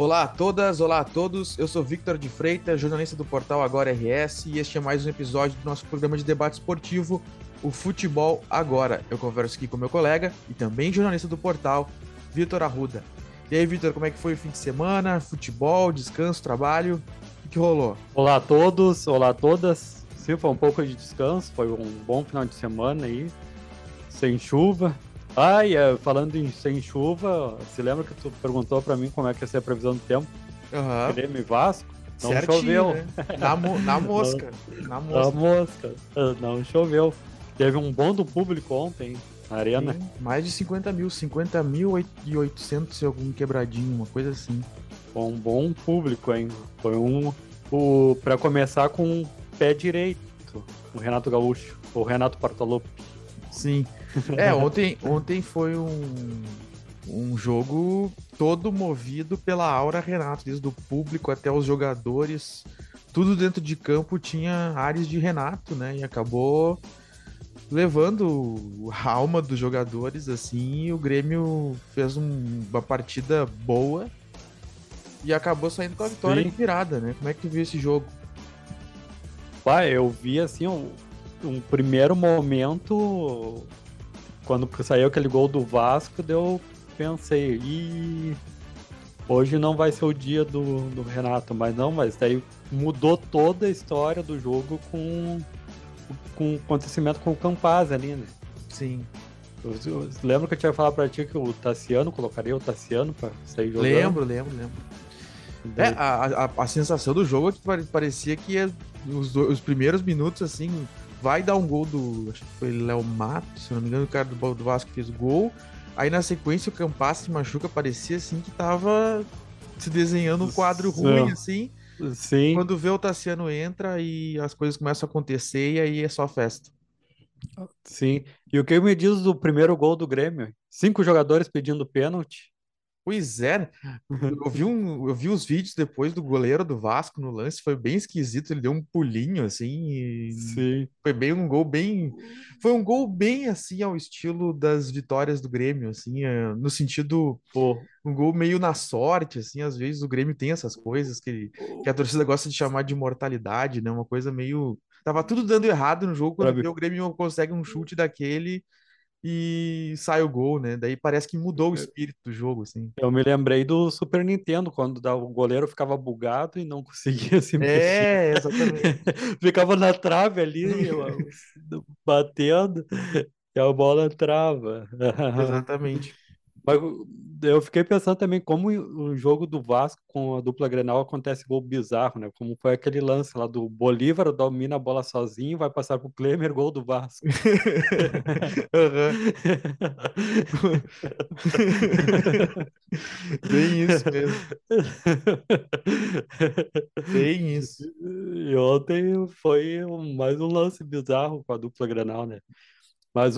Olá a todas, olá a todos. Eu sou Victor de Freitas, jornalista do portal Agora RS, e este é mais um episódio do nosso programa de debate esportivo, o Futebol Agora. Eu converso aqui com meu colega e também jornalista do portal, Vitor Arruda. E aí, Vitor, como é que foi o fim de semana? Futebol, descanso, trabalho? O que rolou? Olá a todos, olá a todas. Sim, foi um pouco de descanso, foi um bom final de semana aí, sem chuva. Falando em sem chuva, se lembra que tu perguntou pra mim como é que ia ser a previsão do tempo? Aham, Grêmio e Vasco? Não certinho, choveu. né? Na mosca, na Na mosca. mosca, não choveu. Teve um bom do público ontem na arena. Sim, mais de 50.000 e algum quebradinho, uma coisa assim. Foi um bom público, hein? Pra começar com o pé direito, o Renato Gaúcho, o Renato Portaluppi. Sim. Ontem foi um jogo todo movido pela aura Renato, desde o público até os jogadores, tudo dentro de campo tinha ares de Renato, né? E acabou levando a alma dos jogadores assim, e o Grêmio fez uma partida boa e acabou saindo com a vitória de Sim. virada, né? Como é que tu viu esse jogo? Eu vi assim um primeiro momento quando saiu aquele gol do Vasco, pensei, hoje não vai ser o dia do Renato, mas daí mudou toda a história do jogo com o acontecimento com o Campaz ali, né? Sim. Eu lembro que eu tinha falado pra ti que o Tassiano, colocaria o Tassiano pra sair jogando. Lembro. A sensação do jogo é que parecia que os primeiros minutos, assim, vai dar um gol acho que foi Léo Matos, se não me engano, o cara do Vasco fez o gol. Aí na sequência o Campas se machuca, parecia assim que tava se desenhando um quadro ruim, assim. Sim, Quando vê o Tassiano entra e as coisas começam a acontecer e aí é só festa. sim. E o que me diz do primeiro gol do Grêmio? 5 jogadores pedindo pênalti. Pois é, né? Eu vi os vídeos depois do goleiro do Vasco no lance, foi bem esquisito, ele deu um pulinho assim, e Sim. foi um gol bem assim ao estilo das vitórias do Grêmio, assim, no sentido, Pô, um gol meio na sorte, assim, às vezes o Grêmio tem essas coisas que a torcida gosta de chamar de mortalidade, né? Uma coisa meio, tava tudo dando errado no jogo, pra quando mim. vê o Grêmio consegue um chute daquele e sai o gol, né? Daí parece que mudou o espírito do jogo, assim. Eu me lembrei do Super Nintendo, quando o goleiro ficava bugado e não conseguia se mexer. É, exatamente. Ficava na trave ali, batendo, e a bola trava. Exatamente. Mas eu fiquei pensando também como o jogo do Vasco com a dupla Grenal acontece gol bizarro, né? Como foi aquele lance lá do Bolívar domina a bola sozinho, vai passar pro Klemer, gol do Vasco. Aham. Bem isso mesmo. Bem isso. E ontem foi mais um lance bizarro com a dupla Grenal, né? Mas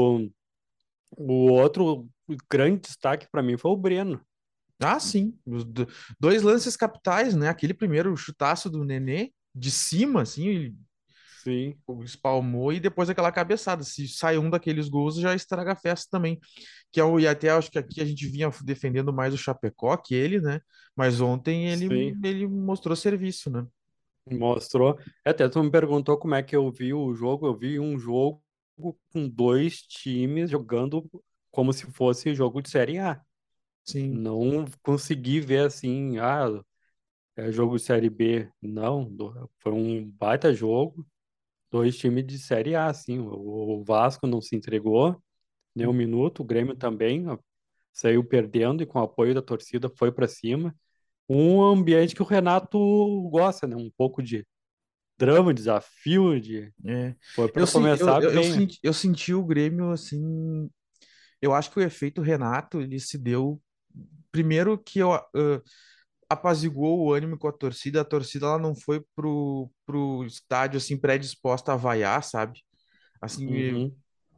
o outro grande destaque para mim foi o Breno. Ah, sim. Dois lances capitais, né? Aquele primeiro chutaço do Nenê, de cima, assim, ele Sim, espalmou, e depois aquela cabeçada. Se sai um daqueles gols, já estraga a festa também. E até acho que aqui a gente vinha defendendo mais o Chapecó que ele, né? Mas ontem sim, ele mostrou serviço, né? mostrou. Até tu me perguntou como é que eu vi o jogo. Eu vi um jogo com dois times jogando como se fosse jogo de Série A. Sim. Não consegui ver assim, é jogo de Série B. Não, foi um baita jogo. Dois times de Série A, assim. O Vasco não se entregou nem um minuto, o Grêmio também, ó, saiu perdendo e com o apoio da torcida foi para cima. Um ambiente que o Renato gosta, né? Um pouco de drama, desafio, É. foi para começar bem. Eu senti o Grêmio assim. Eu acho que o efeito Renato ele se deu primeiro que apaziguou o ânimo com a torcida ela não foi pro estádio assim predisposta a vaiar, sabe? Assim, Uhum,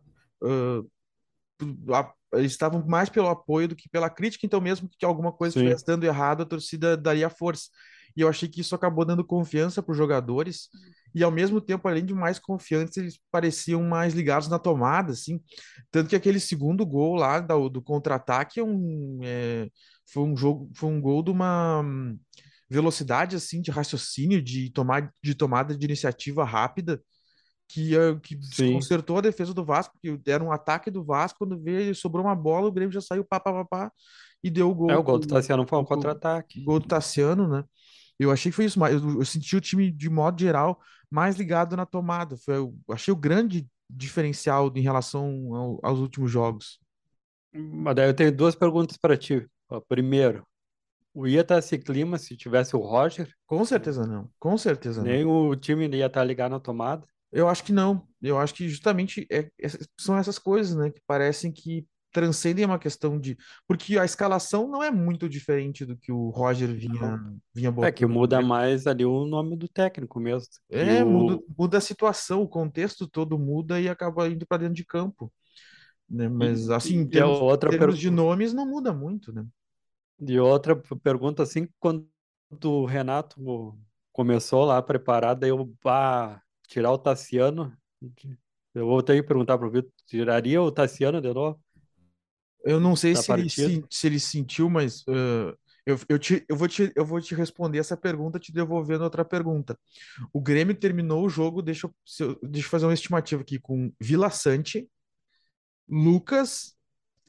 eles estavam mais pelo apoio do que pela crítica, então mesmo que alguma coisa sim, estivesse dando errado, a torcida daria força. E eu achei que isso acabou dando confiança para os jogadores, e ao mesmo tempo, além de mais confiantes, eles pareciam mais ligados na tomada, assim. Tanto que aquele segundo gol lá do contra-ataque Foi um gol de uma velocidade assim de raciocínio, de tomada de iniciativa rápida que Sim. desconcertou a defesa do Vasco, que era um ataque do Vasco, quando veio, sobrou uma bola, o Grêmio já saiu pá, pá, pá, pá, e deu o O gol do Tassiano foi um contra-ataque. gol do Tassiano, né? Eu achei que foi isso, mas eu senti o time, de modo geral, mais ligado na tomada. Eu achei o grande diferencial em relação aos últimos jogos. Mas daí eu tenho duas perguntas para ti. Ó, primeiro, ia estar esse clima se tivesse o Roger? Com certeza não, com certeza não. Nem o time ia estar ligado na tomada? Eu acho que não. Eu acho que justamente são essas coisas, né, que parecem que transcendem uma questão de. Porque a escalação não é muito diferente do que o Roger Não. vinha É que botando no muda Grêmio. mais ali o nome do técnico mesmo. Que É, o... muda a situação, o contexto todo muda e acaba indo para dentro de campo, né? Mas assim, E a termos de nomes não muda muito, né? outra pergunta, assim, quando o Renato começou lá a preparar, daí eu, tirar o Tassiano, eu vou ter que perguntar para o Vitor, tiraria o Tassiano de novo Eu não sei da partida? se ele sentiu, mas eu vou te responder essa pergunta te devolvendo outra pergunta. O Grêmio terminou o jogo, deixa eu fazer uma estimativa aqui, com Vila Sante, Lucas,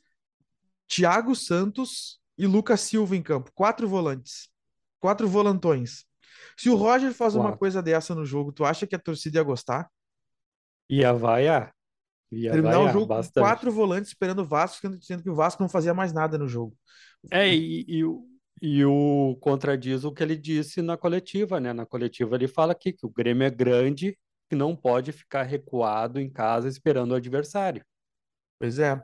Thiago Santos e Lucas Silva em campo. Quatro volantes. Quatro volantões. Se o Roger faz uma Quatro. coisa dessa no jogo, tu acha que a torcida ia gostar? Ia vaiar, ia Terminar o vaiar jogo com quatro bastante. volantes esperando o Vasco, sendo que o Vasco não fazia mais nada no jogo. É, e o contradiz o que ele disse na coletiva, né? Na coletiva ele fala aqui que o Grêmio é grande, que não pode ficar recuado em casa esperando o adversário. Pois é,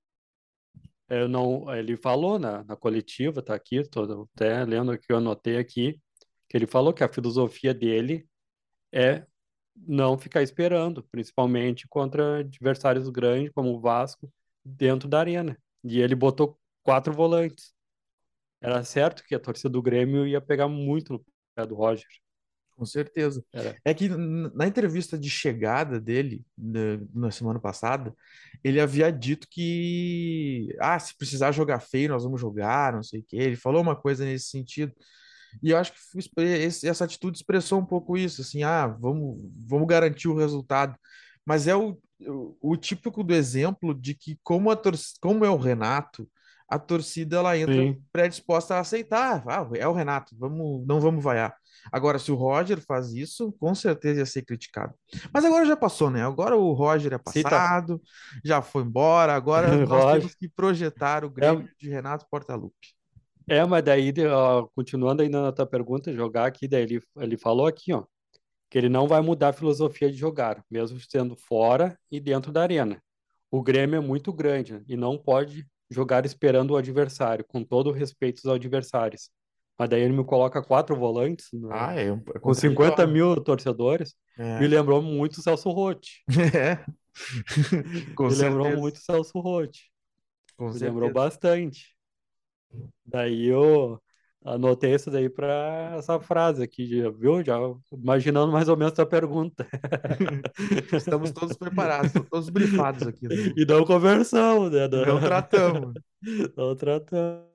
Eu não, ele falou na coletiva, tá aqui, tô até lendo aqui, eu anotei aqui, que ele falou que a filosofia dele é não ficar esperando, principalmente contra adversários grandes como o Vasco, dentro da arena. E ele botou quatro volantes. Era certo que a torcida do Grêmio ia pegar muito no pé do Roger. com certeza. Era, É que na entrevista de chegada dele, na semana passada, ele havia dito que, se precisar jogar feio, nós vamos jogar, não sei o quê. Ele falou uma coisa nesse sentido. E eu acho que essa atitude expressou um pouco isso, assim, vamos garantir o resultado. Mas é o típico do exemplo de que, como é o Renato, a torcida ela entra sim, predisposta a aceitar. É o Renato, não vamos vaiar. Agora, se o Roger faz isso, com certeza ia ser criticado. Mas agora já passou, né? Agora o Roger é cita passado, já foi embora. Agora nós Roger. temos que projetar o É, Grêmio de Renato Portaluppi. mas daí, ó, continuando ainda na tua pergunta, jogar aqui, daí ele falou aqui, ó, que ele não vai mudar a filosofia de jogar, mesmo sendo fora e dentro da arena. O Grêmio é muito grande, né, e não pode jogar esperando o adversário, com todo o respeito aos adversários. Mas daí ele me coloca quatro volantes, É com 50 contraditório. mil torcedores, me É, lembrou muito o Celso Roth. é, com Me lembrou certeza, muito o Celso Roth. com Me lembrou certeza. bastante. Daí eu anotei isso daí para essa frase aqui, viu? Já imaginando mais ou menos a pergunta. Estamos todos preparados, todos brifados aqui. E não conversamos, né? E não tratamos. Não tratamos.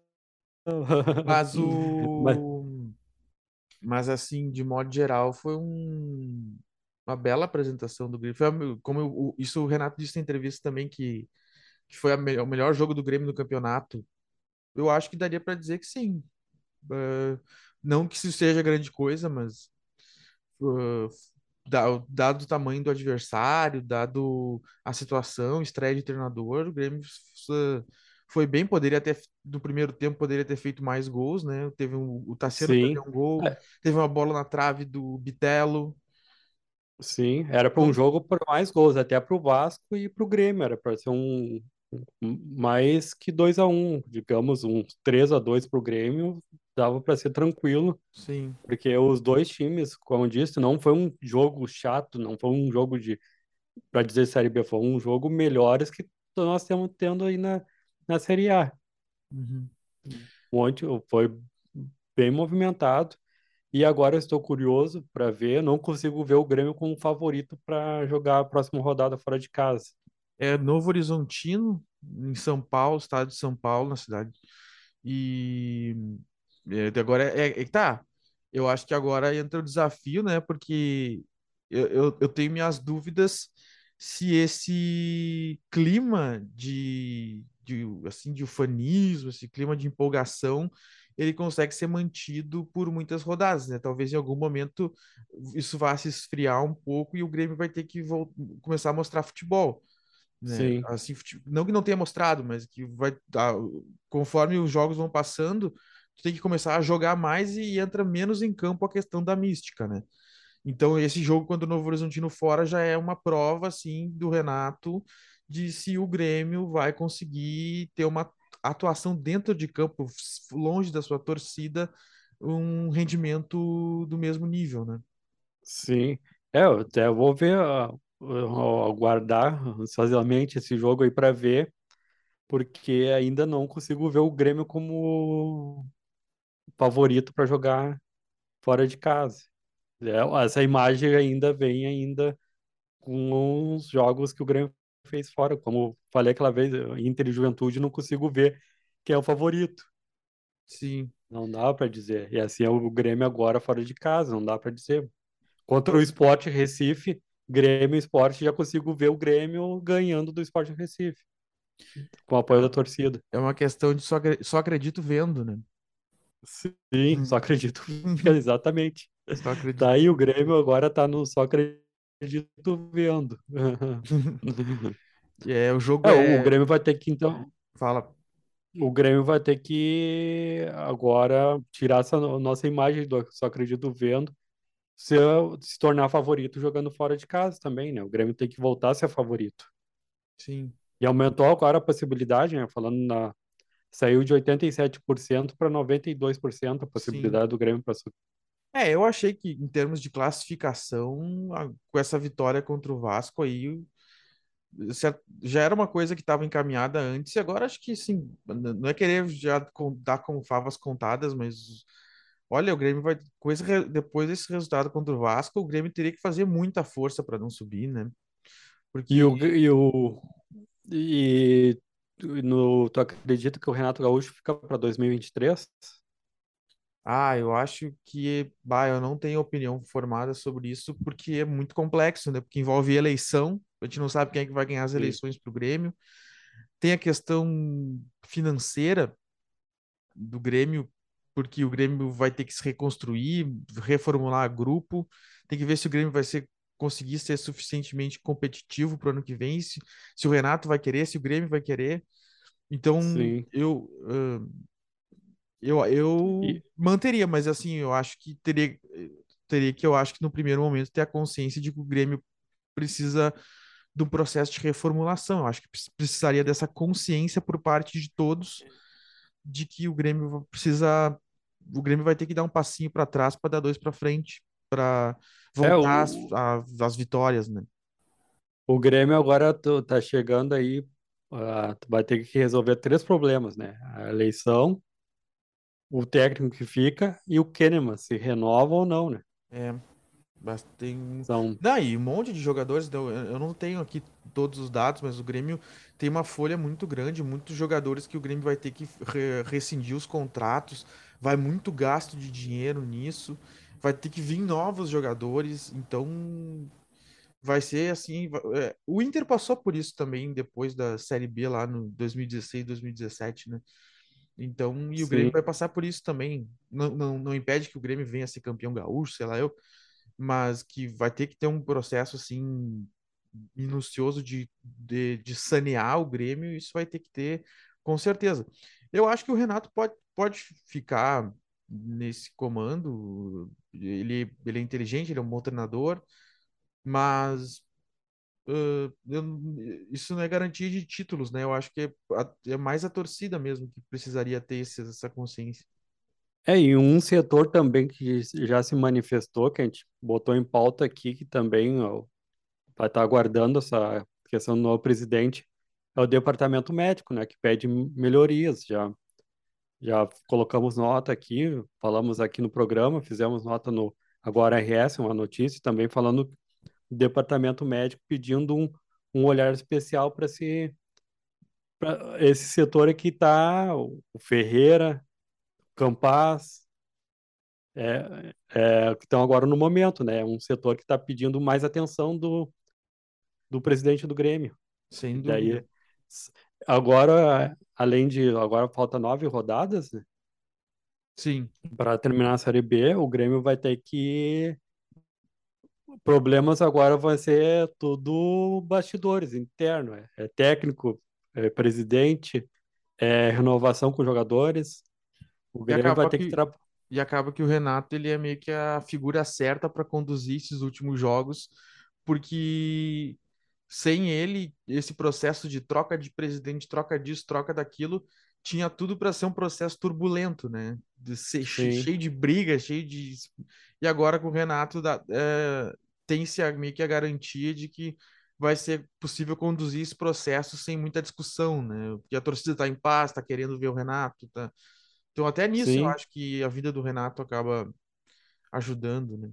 Mas Mas, mas assim, de modo geral, uma bela apresentação do Grêmio. Isso o Renato disse na entrevista também que foi o melhor jogo do Grêmio no campeonato. Eu acho que daria para dizer que sim. Eh, não que isso seja grande coisa, mas uh, dado o tamanho do adversário, dado a situação, estreia de treinador, o Grêmio foi bem, no primeiro tempo poderia ter feito mais gols, né? O Tassiano perdeu sim, um gol, é, teve uma bola na trave do Bitelo. sim, era para um Então, jogo por mais gols, até para o Vasco e para o Grêmio, era para ser mais que 2-1, digamos, um 3-2 para o Grêmio, dava para ser tranquilo. sim. Porque os dois times, como eu disse, não foi um jogo chato, não foi um jogo para dizer Série B, foi um jogo melhores que nós estamos tendo aí na Série A. Uhum. Ontem foi bem movimentado e agora eu estou curioso para ver, não consigo ver o Grêmio como favorito para jogar a próxima rodada fora de casa. É Novo Horizontino, em São Paulo, estado de São Paulo, na cidade. E agora tá. Eu acho que agora entra o desafio, né? Porque eu tenho minhas dúvidas se esse clima assim, de ufanismo, esse clima de empolgação, ele consegue ser mantido por muitas rodadas, né? Talvez em algum momento isso vá se esfriar um pouco e o Grêmio vai ter que começar a mostrar futebol, né? Sim, Assim, não que não tenha mostrado, mas que conforme os jogos vão passando, tu tem que começar a jogar mais e entra menos em campo a questão da mística, né? Então, esse jogo contra o Novo Horizontino fora já é uma prova, assim, do Renato de se o Grêmio vai conseguir ter uma atuação dentro de campo, longe da sua torcida, um rendimento do mesmo nível, né? sim. Eu até vou ver, aguardar ansiosamente esse jogo aí para ver, porque ainda não consigo ver o Grêmio como favorito para jogar fora de casa. Essa imagem ainda vem ainda com os jogos que o Grêmio fez fora. Como falei aquela vez, Inter e Juventude não consigo ver quem é o favorito. Sim. Não dá para dizer. E assim é o Grêmio agora fora de casa, não dá para dizer. Contra o Sport Recife, Grêmio e Sport, já consigo ver o Grêmio ganhando do Sport Recife, com o apoio da torcida. É uma questão de só acredito vendo, né? Sim, só acredito vendo, exatamente. Só Tá acredito. aí, o Grêmio agora tá no só acredito vendo. O jogo O é. Grêmio vai ter que, então, Fala. o Grêmio vai ter que agora tirar essa nossa imagem do só acredito vendo, se, se tornar favorito jogando fora de casa também, né? O Grêmio tem que voltar a ser favorito. Sim, E aumentou agora a possibilidade, né? Saiu de 87% para 92% a sim. possibilidade do Grêmio para subir. Eu achei que em termos de classificação, com essa vitória contra o Vasco aí, já era uma coisa que estava encaminhada antes, e agora acho que sim, não é querer já dar com favas contadas, mas olha, o Grêmio vai, depois desse resultado contra o Vasco, o Grêmio teria que fazer muita força para não subir, né? E Porque o e o e tu acredita que o Renato Gaúcho fica para 2023? eu acho que, eu não tenho opinião formada sobre isso, porque é muito complexo, né? Porque envolve eleição, a gente não sabe quem é que vai ganhar as Sim, eleições para o Grêmio. Tem a questão financeira do Grêmio, porque o Grêmio vai ter que se reconstruir, reformular grupo. Tem que ver se o Grêmio conseguir ser suficientemente competitivo para o ano que vem, se o Renato vai querer, se o Grêmio vai querer. Então, sim. eu E, manteria, mas assim, eu acho que teria que, eu acho que no primeiro momento, ter a consciência de que o Grêmio precisa do processo de reformulação. Eu acho que precisaria dessa consciência por parte de todos de que o Grêmio vai ter que dar um passinho para trás para dar dois para frente, para é, voltar o, às vitórias, né? o Grêmio agora tá chegando aí, tu vai ter que resolver três problemas, né? A eleição, o técnico que fica e o Kahneman, se renova ou não, né? É, tem. São, Não, e um monte de jogadores, então, eu não tenho aqui todos os dados, mas o Grêmio tem uma folha muito grande, muitos jogadores que o Grêmio vai ter que rescindir os contratos, vai muito gasto de dinheiro nisso, vai ter que vir novos jogadores, então vai ser assim. O Inter passou por isso também depois da Série B lá no 2016, 2017, né? Então, e o Grêmio sim. vai passar por isso também. Não impede que o Grêmio venha a ser campeão gaúcho, sei lá eu, mas que vai ter que ter um processo assim minucioso de sanear o Grêmio, isso vai ter que ter com certeza. Eu acho que o Renato pode ficar nesse comando. Ele é inteligente, ele é um bom treinador, mas isso não é garantia de títulos, né? Eu acho que é mais a torcida mesmo que precisaria ter essa consciência. E um setor também que já se manifestou, que a gente botou em pauta aqui, que também ó, vai estar aguardando essa questão do novo presidente, é o departamento médico, né, que pede melhorias. Já colocamos nota aqui, falamos aqui no programa, fizemos nota no Agora RS, uma notícia também falando do departamento médico pedindo um olhar especial Esse setor aqui tá o Ferreira, Campaz, que estão agora no momento, né? É um setor que está pedindo mais atenção do presidente do Grêmio. E Sem dúvida. daí, s- agora, agora falta 9 rodadas, né, Sim, para terminar a Série B, o Grêmio vai ter que. Problemas agora vão ser tudo bastidores, interno, é técnico, é presidente, é renovação com jogadores. O e Grêmio vai acaba ter que que o Renato ele é meio que a figura certa para conduzir esses últimos jogos, porque sem ele, esse processo de troca de presidente, troca disso, troca daquilo, tinha tudo para ser um processo turbulento, né? De ser sim, cheio de briga, cheio de. E agora com o Renato tem-se meio que a garantia de que vai ser possível conduzir esse processo sem muita discussão, né? Porque a torcida está em paz, está querendo ver o Renato, tá? Então até nisso eu sim. acho que a vida do Renato acaba ajudando, né?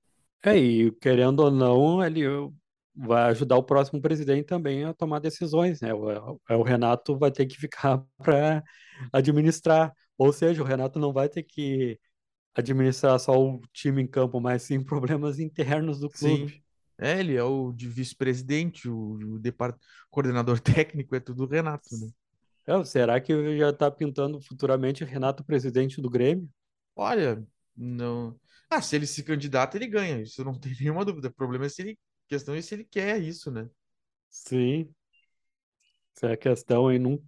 E querendo ou não, ele vai ajudar o próximo presidente também a tomar decisões, né? O Renato vai ter que ficar para administrar. Ou seja, o Renato não vai ter que administrar só o time em campo, mas sim problemas internos do Sim. clube. É, ele é o de vice-presidente, coordenador técnico, é tudo o Renato, né? Será que já está pintando futuramente Renato presidente do Grêmio? Olha, não. Ah, se ele se candidata, ele ganha. Isso não tem nenhuma dúvida. O problema é se ele. A questão é se ele quer isso, né? Sim, essa é a questão aí. Não,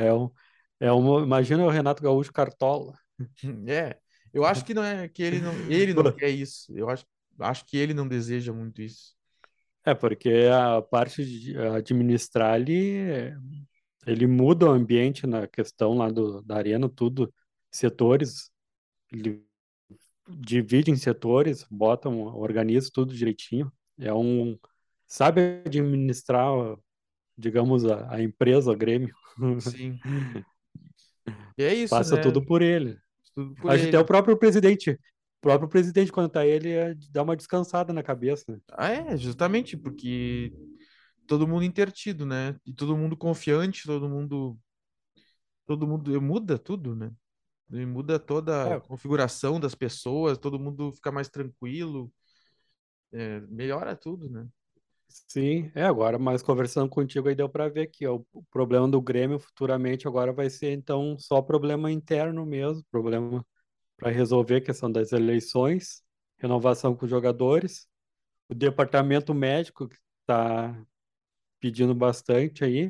imagina o Renato Gaúcho Cartola. É. Eu acho que não é que ele não quer isso. Eu acho que ele não deseja muito isso. Porque a parte de administrar ali, ele muda o ambiente na questão lá da arena, tudo, setores, ele divide em setores, organiza tudo direitinho. Sabe administrar, digamos, a empresa, o Grêmio. Sim. E é isso, Passa né? tudo por ele. Tudo por Acho que até ele. o próprio presidente, quando tá ele, dá uma descansada na cabeça, né? Ah, é, justamente, porque todo mundo intertido, né? E todo mundo confiante, todo mundo muda tudo, né? E muda toda a É, configuração das pessoas, todo mundo fica mais tranquilo, melhora tudo, né? sim, agora, mas conversando contigo aí deu para ver que o problema do Grêmio futuramente agora vai ser então só problema interno mesmo, problema para resolver a questão das eleições, renovação com os jogadores, o departamento médico que está pedindo bastante aí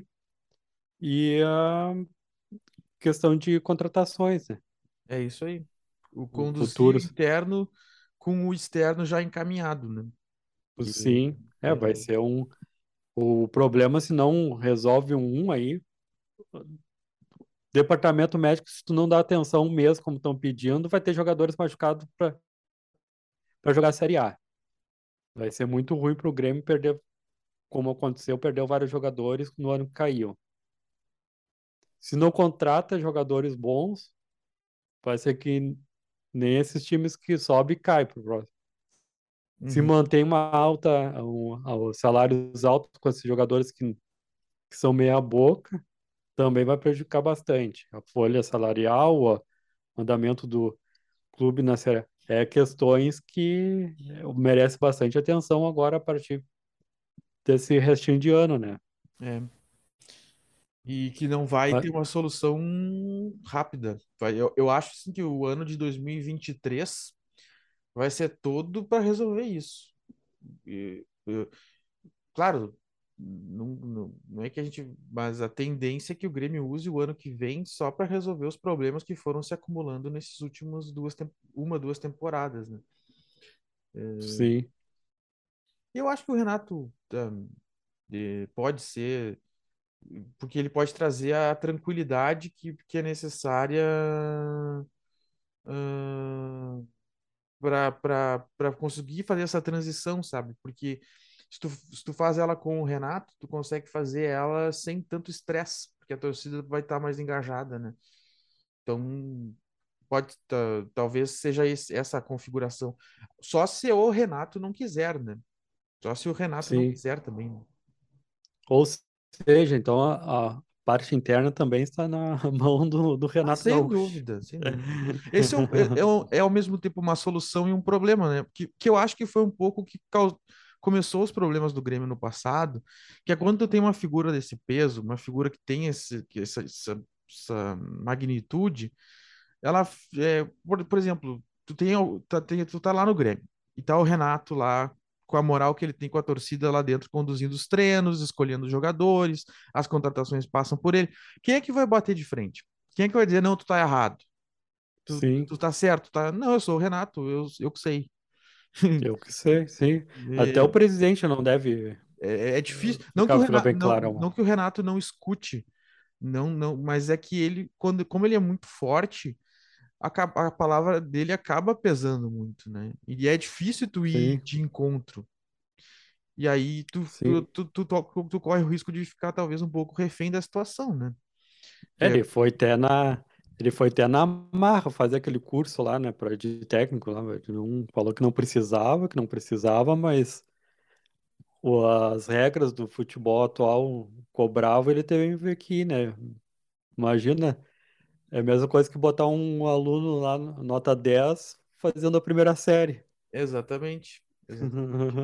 e a questão de contratações, né? É isso aí. O O conduzir o futuros, interno com o externo já encaminhado, né? E, sim, vai é, ser o problema se não resolve aí. Departamento médico, se tu não dá atenção um mês, como estão pedindo, vai ter jogadores machucados para jogar a Série A. Vai ser muito ruim para o Grêmio perder, como aconteceu, perdeu vários jogadores no ano que caiu. Se não contrata jogadores bons, vai ser que nem esses times que sobe e cai pro próximo. Se uhum, mantém salários altos com esses jogadores que são meia boca, também vai prejudicar bastante. A folha salarial, o andamento do clube na Série A. Questões que merece bastante atenção agora a partir desse restinho de ano, né? é. E que não vai Mas, ter uma solução rápida. Eu acho assim, que o ano de 2023 vai ser todo para resolver isso. Claro, não é que a gente. Mas a tendência é que o Grêmio use o ano que vem só para resolver os problemas que foram se acumulando nesses últimos duas temporadas, né? sim, Eu acho que o Renato pode ser, porque ele pode trazer a tranquilidade que é necessária para conseguir fazer essa transição, sabe? Porque se tu faz ela com o Renato, tu consegue fazer ela sem tanto estresse, porque a torcida vai estar mais engajada, né? Então, talvez seja essa a configuração. Só se o Renato não quiser, né? Só se o Renato não sim. quiser também, né? Ou seja, então parte interna também está na mão do Ah, Renato sem Gaúcho. dúvida, sem dúvida. Esse é ao mesmo tempo uma solução e um problema, né? Que eu acho que foi um pouco que começou os problemas do Grêmio no passado, que é quando tu tem uma figura desse peso, uma figura que tem essa magnitude, ela, por exemplo, tu tá lá no Grêmio, e tá o Renato lá, com a moral que ele tem com a torcida lá dentro, conduzindo os treinos, escolhendo os jogadores, as contratações passam por ele. Quem é que vai bater de frente? Quem é que vai dizer, não, tu tá errado? Sim, Tu tá certo, tá? Não, eu sou o Renato, eu que sei. eu que sei, sim. Até o É, presidente não deve é difícil. ficar ficar bem claro. Não que o Renato não escute, não, mas é que ele, como ele é muito forte, a palavra dele acaba pesando muito, né? E é difícil tu ir Sim, de encontro. E aí sim. tu corre o risco de ficar talvez um pouco refém da situação, né? Que é, Ele foi até na marra fazer aquele curso lá, né, para de técnico lá, ele não falou que não precisava, mas as regras do futebol atual cobravam, ele teve que vir aqui, né? Imagina, é a mesma coisa que botar um aluno lá nota 10 fazendo a primeira série. exatamente, exatamente,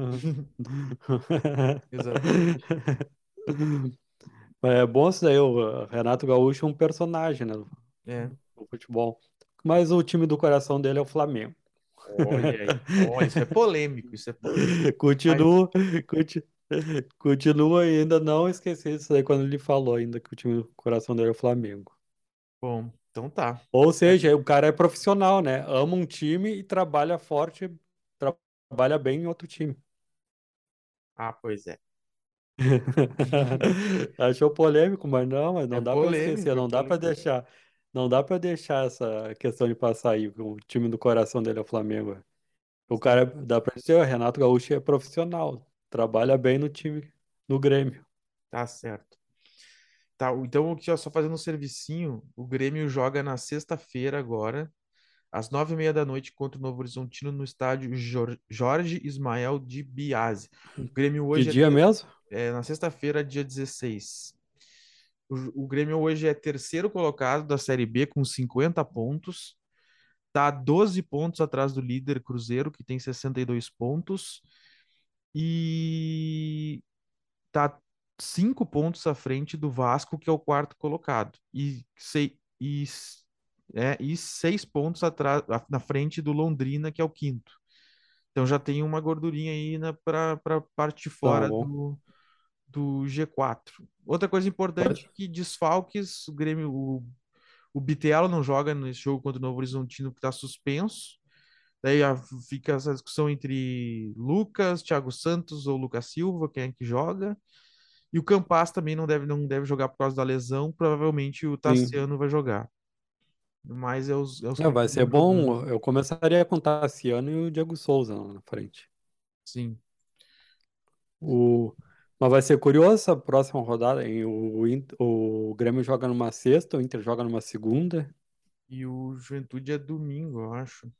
exatamente. É bom isso daí, o Renato Gaúcho é um personagem, né, É. no futebol. Mas o time do coração dele é o Flamengo. Olha aí, olha, isso é polêmico, isso é polêmico. Mas, Continua, conti- continua ainda não esqueci disso aí quando ele falou ainda que o time do coração dele é o Flamengo. bom, então tá. Ou É. seja, o cara é profissional, né? Ama um time e trabalha forte, trabalha bem em outro time. Ah, pois é. Achou polêmico, mas É não dá para esquecer, polêmico, é não dá para polêmico. deixar, não dá para deixar essa questão de passar aí. O time do coração dele é o Flamengo. O cara, Sim, dá para dizer, o Renato Gaúcho é profissional, trabalha bem no time, no Grêmio. tá certo. Tá, então aqui, ó, só fazendo um servicinho, o Grêmio joga na sexta-feira agora, às 9h30 da noite, contra o Novo Horizontino no estádio Jorge Ismael de Biase. O Grêmio Que hoje dia mesmo? na sexta-feira, dia 16. O Grêmio hoje é terceiro colocado da Série B com 50 pontos. Tá 12 pontos atrás do líder Cruzeiro, que tem 62 pontos. E tá 5 pontos à frente do Vasco, que é o quarto colocado. E 6 pontos atrás, na frente do Londrina, que é o quinto. Então já tem uma gordurinha aí para parte de Tá fora bom. do G4. Outra coisa importante é que desfalques, o Bitelo não joga nesse jogo contra o Novo Horizontino, que está suspenso. Daí fica essa discussão entre Lucas, Thiago Santos ou Lucas Silva, quem é que joga. E o Campas também não deve jogar por causa da lesão. Provavelmente o Sim. Tassiano vai jogar. Mas é os É, caras vai que ser vão jogando. bom. Eu começaria com o Tassiano e o Diego Souza lá na frente. Sim. O... Mas vai ser curioso essa próxima rodada, hein? O Grêmio joga numa sexta, o Inter joga numa segunda. E o Juventude é domingo, eu acho.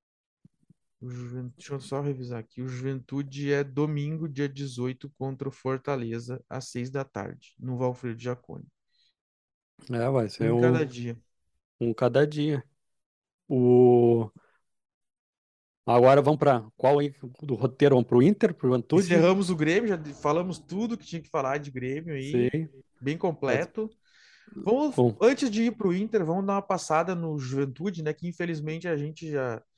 Deixa eu só revisar aqui. O Juventude é domingo, dia 18, contra o Fortaleza, às 6 da tarde, no Valfredo Jaconi. É, vai Um ser em cada dia. um cada dia. O... Agora vamos para do roteiro? Vamos para o Inter, para o Juventude? Encerramos o Grêmio, já falamos tudo que tinha que falar de Grêmio aí, Sim. bem Pode- completo. Vamos, Bom, antes de ir para o Inter, vamos dar uma passada no Juventude, né? Que infelizmente a gente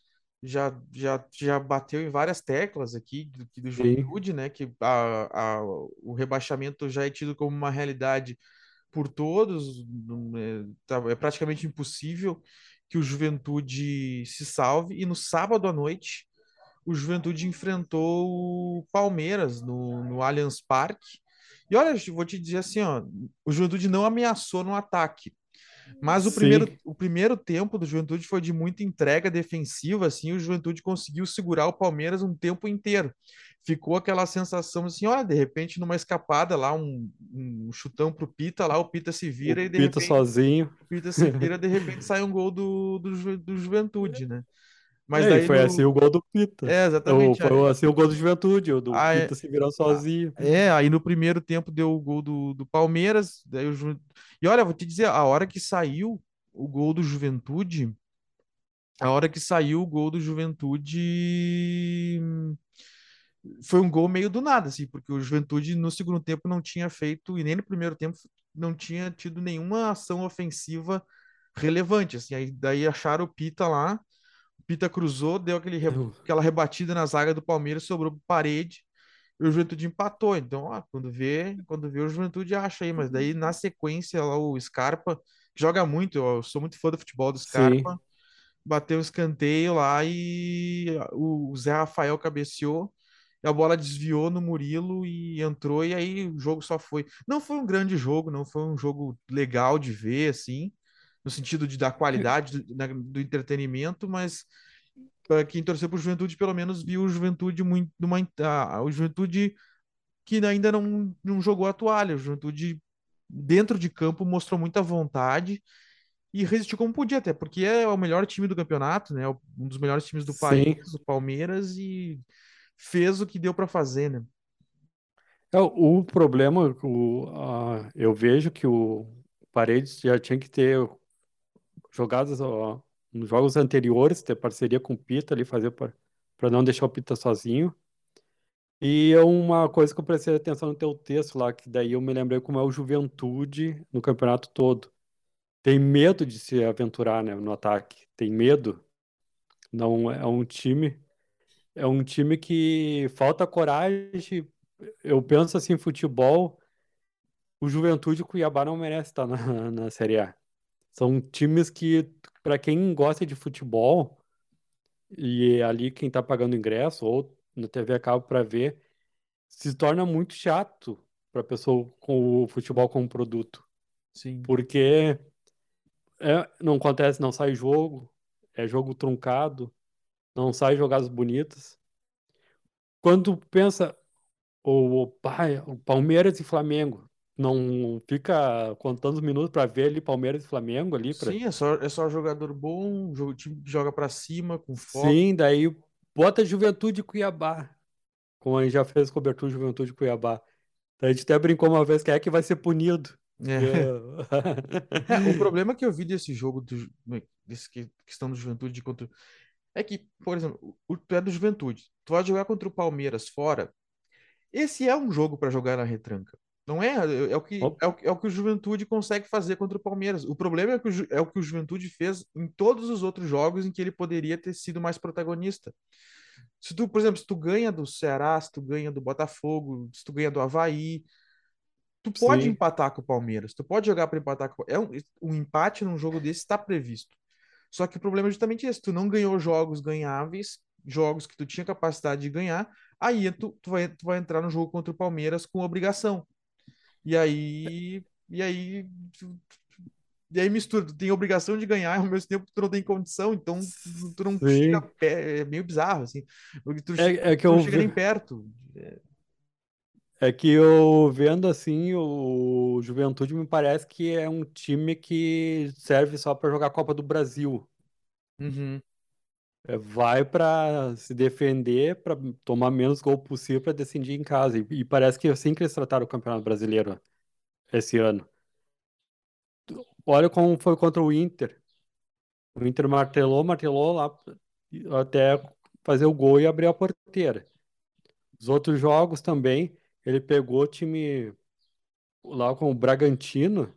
já bateu em várias teclas aqui do sim, Juventude, né? Que o rebaixamento já é tido como uma realidade por todos. É praticamente impossível que o Juventude se salve. E no sábado à noite, o Juventude enfrentou o Palmeiras no Allianz Parque. E olha, eu vou te dizer assim, ó, o Juventude não ameaçou no ataque. Mas o primeiro, sim, o primeiro tempo do Juventude foi de muita entrega defensiva, assim, o Juventude conseguiu segurar o Palmeiras um tempo inteiro. Ficou aquela sensação assim, olha, de repente numa escapada lá, um chutão pro Pita lá, o Pita se o vira e de Pita repente sozinho. o Pita se vira, de repente sai um gol do Juventude, né? Mas É, e daí foi assim no. o gol do Pita. É, exatamente. Foi assim o gol do Juventude, o do Aí, Pita se virou sozinho. aí no primeiro tempo deu o gol do Palmeiras. Daí E olha, vou te dizer, a hora que saiu o gol do Juventude, a hora que saiu o gol do Juventude foi um gol meio do nada, assim, porque o Juventude no segundo tempo não tinha feito, e nem no primeiro tempo não tinha tido nenhuma ação ofensiva relevante, assim. Aí daí acharam o Pita lá, o Pita cruzou, deu aquela rebatida na zaga do Palmeiras, sobrou parede, e o Juventude empatou. Então, ó, quando vê o Juventude acha aí, mas daí na sequência lá o Scarpa, que joga muito, eu sou muito fã do futebol do Sim, Scarpa, bateu um escanteio lá e o Zé Rafael cabeceou. E a bola desviou no Murilo e entrou, e aí o jogo só foi. Não foi um grande jogo, não foi um jogo legal de ver, assim, no sentido de dar qualidade do entretenimento, mas para quem torceu pro Juventude, pelo menos viu o Juventude muito, o Juventude que ainda não jogou a toalha. O Juventude, dentro de campo, mostrou muita vontade e resistiu como podia, até porque é o melhor time do campeonato, né? Um dos melhores times do país, sim. o Palmeiras, e fez o que deu para fazer, né? O problema, eu vejo que o Paredes já tinha que ter jogadas, nos jogos anteriores, ter parceria com o Pita ali, fazer para não deixar o Pita sozinho. E uma coisa que eu prestei atenção no teu texto lá, que daí eu me lembrei como é o Juventude no campeonato todo. Tem medo de se aventurar, né, no ataque. Tem medo. Não é um time que falta coragem. Eu penso assim, futebol, o Juventude e o Cuiabá não merece estar na Série A. São times que, para quem gosta de futebol, e é ali quem está pagando ingresso ou na TV a cabo para ver, se torna muito chato para pessoa com o futebol como produto, Sim. porque não acontece, não sai jogo, é jogo truncado, não sai jogadas bonitas. Quando tu pensa o Palmeiras e Flamengo, não fica contando os minutos para ver ali Palmeiras e Flamengo ali para. Sim, é só jogador bom, time que joga para cima, com foco. Sim, daí bota Juventude e Cuiabá, como a gente já fez cobertura de Juventude e Cuiabá. A gente até brincou uma vez que é que vai ser punido. Que É. O problema que eu vi desse jogo, questão do Juventude contra. É que, por exemplo, tu é do Juventude, tu vai jogar contra o Palmeiras fora. Esse é um jogo para jogar na retranca. Não é? É o que, Ó, é o, é o que o Juventude consegue fazer contra o Palmeiras. O problema é o que o Juventude fez em todos os outros jogos em que ele poderia ter sido mais protagonista. Se tu, por exemplo, se tu ganha do Ceará, se tu ganha do Botafogo, se tu ganha do Avaí, tu pode sim, empatar com o Palmeiras, tu pode jogar para empatar com. Um empate num jogo desse está previsto. Só que o problema é justamente esse: tu não ganhou jogos ganháveis, jogos que tu tinha capacidade de ganhar, aí tu vai entrar no jogo contra o Palmeiras com obrigação. E aí. E aí. E aí mistura, tu tem obrigação de ganhar, ao mesmo tempo tu não tem condição, então tu não chega sim. é meio bizarro, assim, porque É que tu não chega nem perto. é que eu vendo assim, o Juventude me parece que é um time que serve só para jogar a Copa do Brasil. Uhum, Vai para se defender, para tomar menos gol possível para decidir em casa. E parece que é assim que eles trataram o Campeonato Brasileiro esse ano. Olha como foi contra o Inter. O Inter martelou, martelou lá até fazer o gol e abrir a porteira. Os outros jogos também, ele pegou o time lá com o Bragantino,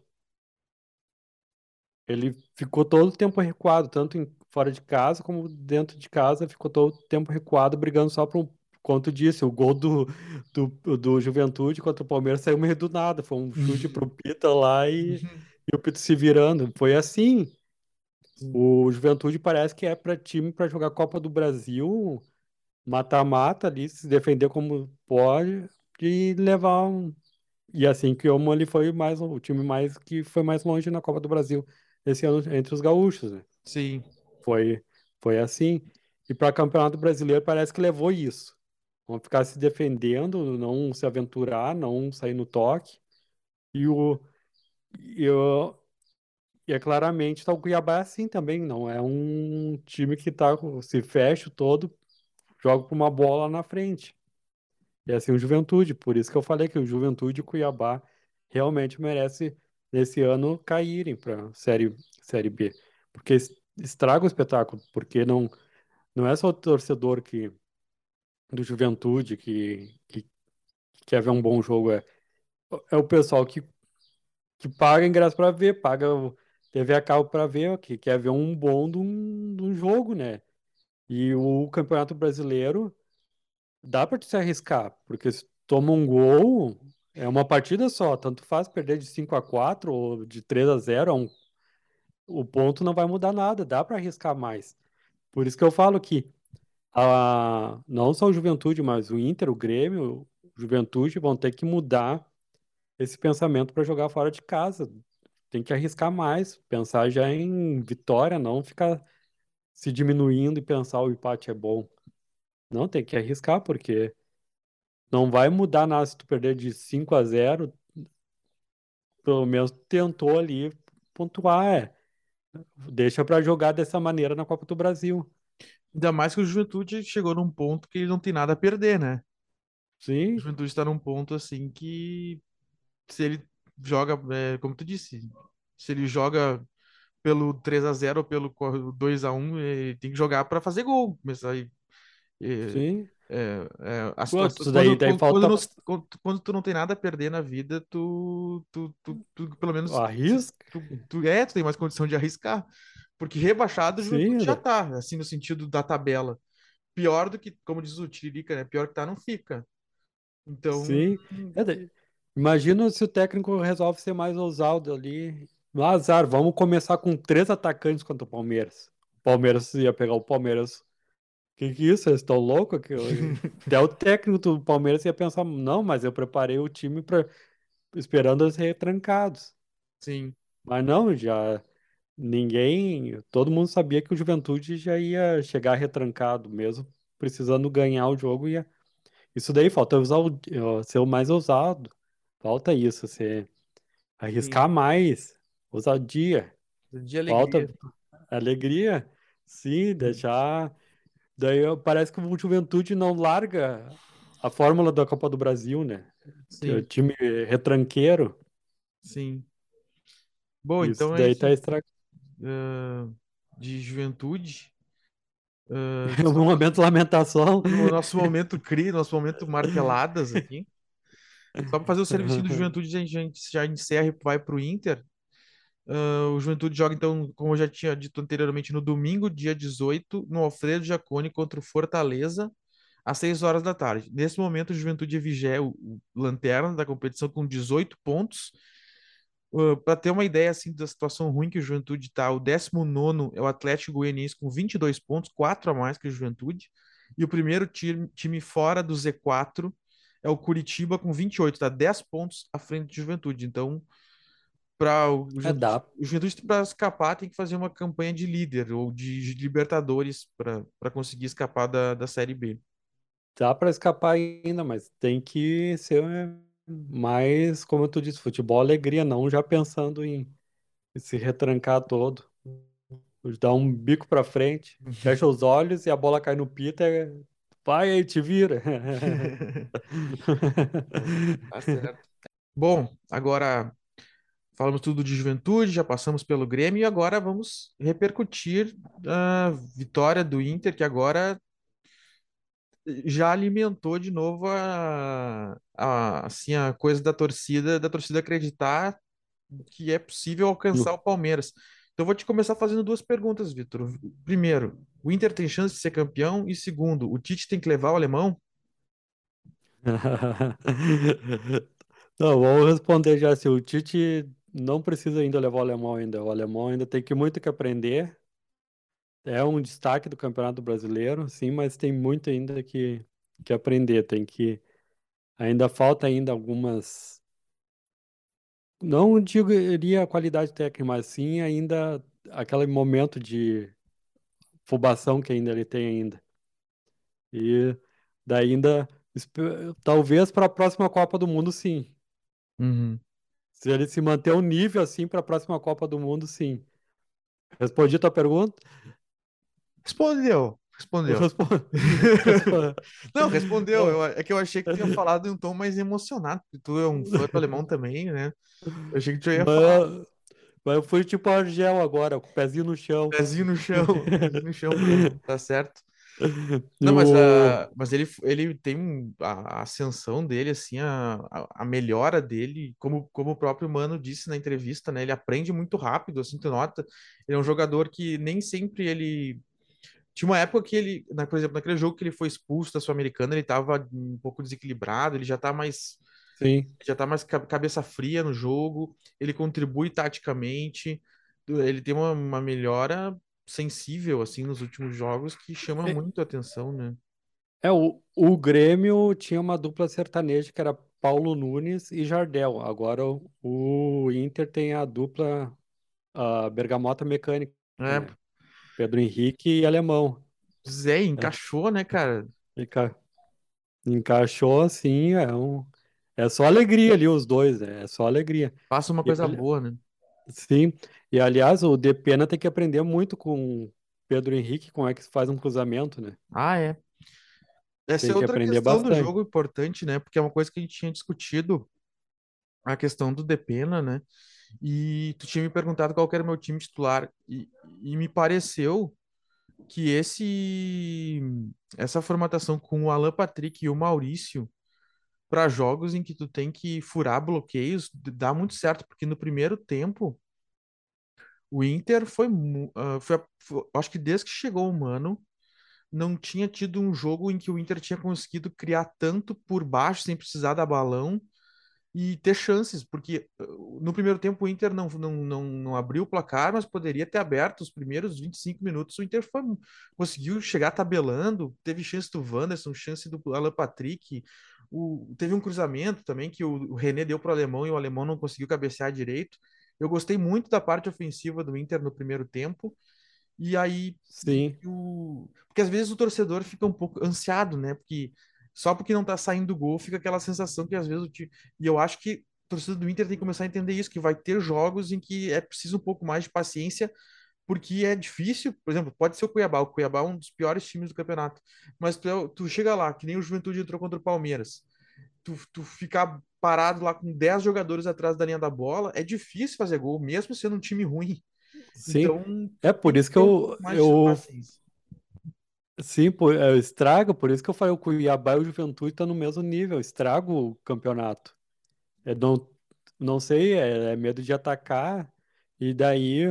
ele ficou todo o tempo recuado, tanto fora de casa como dentro de casa, ficou todo o tempo recuado, brigando só por um. Quanto disse, o gol do Juventude contra o Palmeiras saiu meio do nada. Foi um chute pro Pita lá e o Pita se virando. Foi assim. sim, O Juventude parece que é para time para jogar Copa do Brasil, mata-mata ali, se defender como pode e levar um. E assim que o ele foi mais o time mais que foi mais longe na Copa do Brasil esse ano entre os gaúchos, né? sim, Foi foi assim. E para Campeonato Brasileiro parece que levou isso. Vão ficar se defendendo, não se aventurar, não sair no toque. E o e, o- E é claramente tá, o Cuiabá é assim também, não é um time que tá, se fecha todo, joga com uma bola na frente. E assim o Juventude, por isso que eu falei que o Juventude e o Cuiabá realmente merece nesse ano caírem para série B, porque estraga o espetáculo, porque não é só o torcedor que do Juventude que quer ver um bom jogo, é o pessoal que paga ingresso para ver, paga o TV a cabo para ver, que quer ver um bom de um jogo, né? E o Campeonato Brasileiro dá para tu se arriscar, porque se toma um gol, é uma partida só, tanto faz perder de 5-4 ou de 3-0, o ponto não vai mudar nada, dá para arriscar mais. Por isso que eu falo que não só o Juventude, mas o Inter, o Grêmio, o Juventude vão ter que mudar esse pensamento para jogar fora de casa. Tem que arriscar mais, pensar já em vitória, não ficar se diminuindo e pensar o empate é bom. Não, tem que arriscar, porque não vai mudar nada se tu perder de 5-0, pelo menos tentou ali pontuar, deixa para jogar dessa maneira na Copa do Brasil. Ainda mais que o Juventude chegou num ponto que ele não tem nada a perder, né? O Sim, Juventude está num ponto assim que se ele joga, como tu disse, se ele joga pelo 3-0 ou pelo 2-1, ele tem que jogar para fazer gol. Começar aí, sim. a situação, Putz, daí falta quando tu não tem nada a perder na vida, tu pelo menos arrisca. tu tem mais condição de arriscar. Porque rebaixado o Juventude Sim, já tá, assim, no sentido da tabela. Pior do que, como diz o Tiririca, né? Pior que tá, não fica. Então, sim. Imagina se o técnico resolve ser mais ousado ali. No azar, vamos começar com três atacantes contra o Palmeiras. O Palmeiras ia pegar o Palmeiras. Que é isso? Eles estão loucos? Até o técnico do Palmeiras ia pensar, não, mas eu preparei o time para esperando eles retrancados. sim, Mas não, já todo mundo sabia que o Juventude já ia chegar retrancado, mesmo precisando ganhar o jogo. Isso daí falta ser o mais ousado. Falta isso, você sim. arriscar mais, ousadia. De Falta alegria. alegria, sim, deixar. Daí parece que o Juventude não larga a fórmula da Copa do Brasil, né? Que é o Sim, time retranqueiro. sim. Bom, Isso então é daí isso, tá estragando. de juventude. É um Só momento de lamentação. no nosso momento CRI, nosso momento marteladas aqui. Só para fazer o serviço do Juventude, a gente já encerra e vai para o Inter. O Juventude joga, então, como eu já tinha dito anteriormente, no domingo, dia 18, no Alfredo Jaconi contra o Fortaleza, às 6 horas da tarde. Nesse momento, o Juventude é o lanterna da competição com 18 pontos. Para ter uma ideia assim da situação ruim que o Juventude está, o 19º é o Atlético Goianiense com 22 pontos, 4 a mais que o Juventude. E o primeiro time fora do Z4 é o Curitiba com 28, tá 10 pontos à frente do Juventude. Então, para Dá, O Juventude para escapar tem que fazer uma campanha de líder ou de Libertadores para conseguir escapar da Série B. dá para escapar ainda, mas tem que ser mais, como tu disse, futebol alegria, não já pensando em se retrancar todo. Dá um bico pra frente, fecha os olhos e a bola cai no pita, vai aí, te vira. Tá certo. Bom, agora falamos tudo de Juventude, já passamos pelo Grêmio e agora vamos repercutir a vitória do Inter, que agora já alimentou de novo assim, a coisa da torcida acreditar que é possível alcançar o Palmeiras. Então, eu vou te começar fazendo duas perguntas, Vitor. Primeiro, o Inter tem chance de ser campeão? E segundo, o Tite tem que levar o alemão? Não, vamos responder já assim, o Tite não precisa ainda levar o alemão ainda. O alemão ainda tem muito que aprender. É um destaque do Campeonato Brasileiro, sim, mas tem muito ainda que aprender. Ainda falta ainda algumas, não diria a qualidade técnica, mas sim ainda aquele momento de afobação que ainda ele tem ainda. E daí ainda, talvez para a próxima Copa do Mundo, sim. Uhum. Se ele se manter um nível assim para a próxima Copa do Mundo, sim. Respondi tua pergunta? Respondeu, Eu respondeu. respondo. Respondo. Não, respondeu. É que eu achei que tu ia falar de um tom mais emocionado, porque tu é um fã do alemão também, né? Eu achei que tu ia falar Mas, mas eu fui tipo Argel agora, com o pezinho no chão. pezinho no chão mesmo, tá certo? E Não, o... mas ele tem a ascensão dele, assim, a melhora dele, como o próprio Mano disse na entrevista, né? Ele aprende muito rápido, assim, tu nota. Ele é um jogador que nem sempre ele. Tinha uma época que ele, por exemplo, naquele jogo que ele foi expulso da Sul-Americana, ele tava um pouco desequilibrado, ele Sim. já tá mais cabeça fria no jogo, ele contribui taticamente, ele tem uma melhora sensível, assim, nos últimos jogos que chama É, muito a atenção, né? o Grêmio tinha uma dupla sertaneja que era Paulo Nunes e Jardel. Agora o Inter tem a dupla a Bergamota Mecânica, É, né? Pedro Henrique e Alemão. Zé, É, encaixou, né, cara? enca- encaixou assim, é só alegria ali os dois, né? É só alegria. Passa uma E, coisa boa, né? sim, e aliás, o Depena tem que aprender muito com o Pedro Henrique, como é que se faz um cruzamento, né? Ah, é. Essa é Tem que outra aprender questão do bastante. jogo importante, né? Porque é uma coisa que a gente tinha discutido, a questão do Depena, né? E tu tinha me perguntado qual que era o meu time titular. E me pareceu que essa formatação com o Alan Patrick e o Maurício para jogos em que tu tem que furar bloqueios dá muito certo, porque no primeiro tempo o Inter acho que desde que chegou o Mano não tinha tido um jogo em que o Inter tinha conseguido criar tanto por baixo sem precisar dar balão e ter chances, porque no primeiro tempo o Inter não abriu o placar, mas poderia ter aberto os primeiros 25 minutos. O Inter conseguiu chegar tabelando, teve chance do Wanderson, chance do Alan Patrick, teve um cruzamento também que o René deu para o alemão e o alemão não conseguiu cabecear direito. Eu gostei muito da parte ofensiva do Inter no primeiro tempo. E aí, Sim, porque às vezes o torcedor fica um pouco ansiado, né? Porque só porque não tá saindo gol, fica aquela sensação que às vezes E eu acho que o torcedor do Inter tem que começar a entender isso, que vai ter jogos em que é preciso um pouco mais de paciência, porque é difícil. Por exemplo, pode ser o Cuiabá é um dos piores times do campeonato, mas tu chega lá, que nem o Juventude entrou contra o Palmeiras, tu ficar parado lá com 10 jogadores atrás da linha da bola, é difícil fazer gol, mesmo sendo um time ruim. sim. Então, tu É tem por que isso que ter um pouco mais de paciência. sim, pô, eu estrago, por isso que eu falei, o Cuiabá e o Juventude estão no mesmo nível, estrago o campeonato. Não, não sei, é medo de atacar, e daí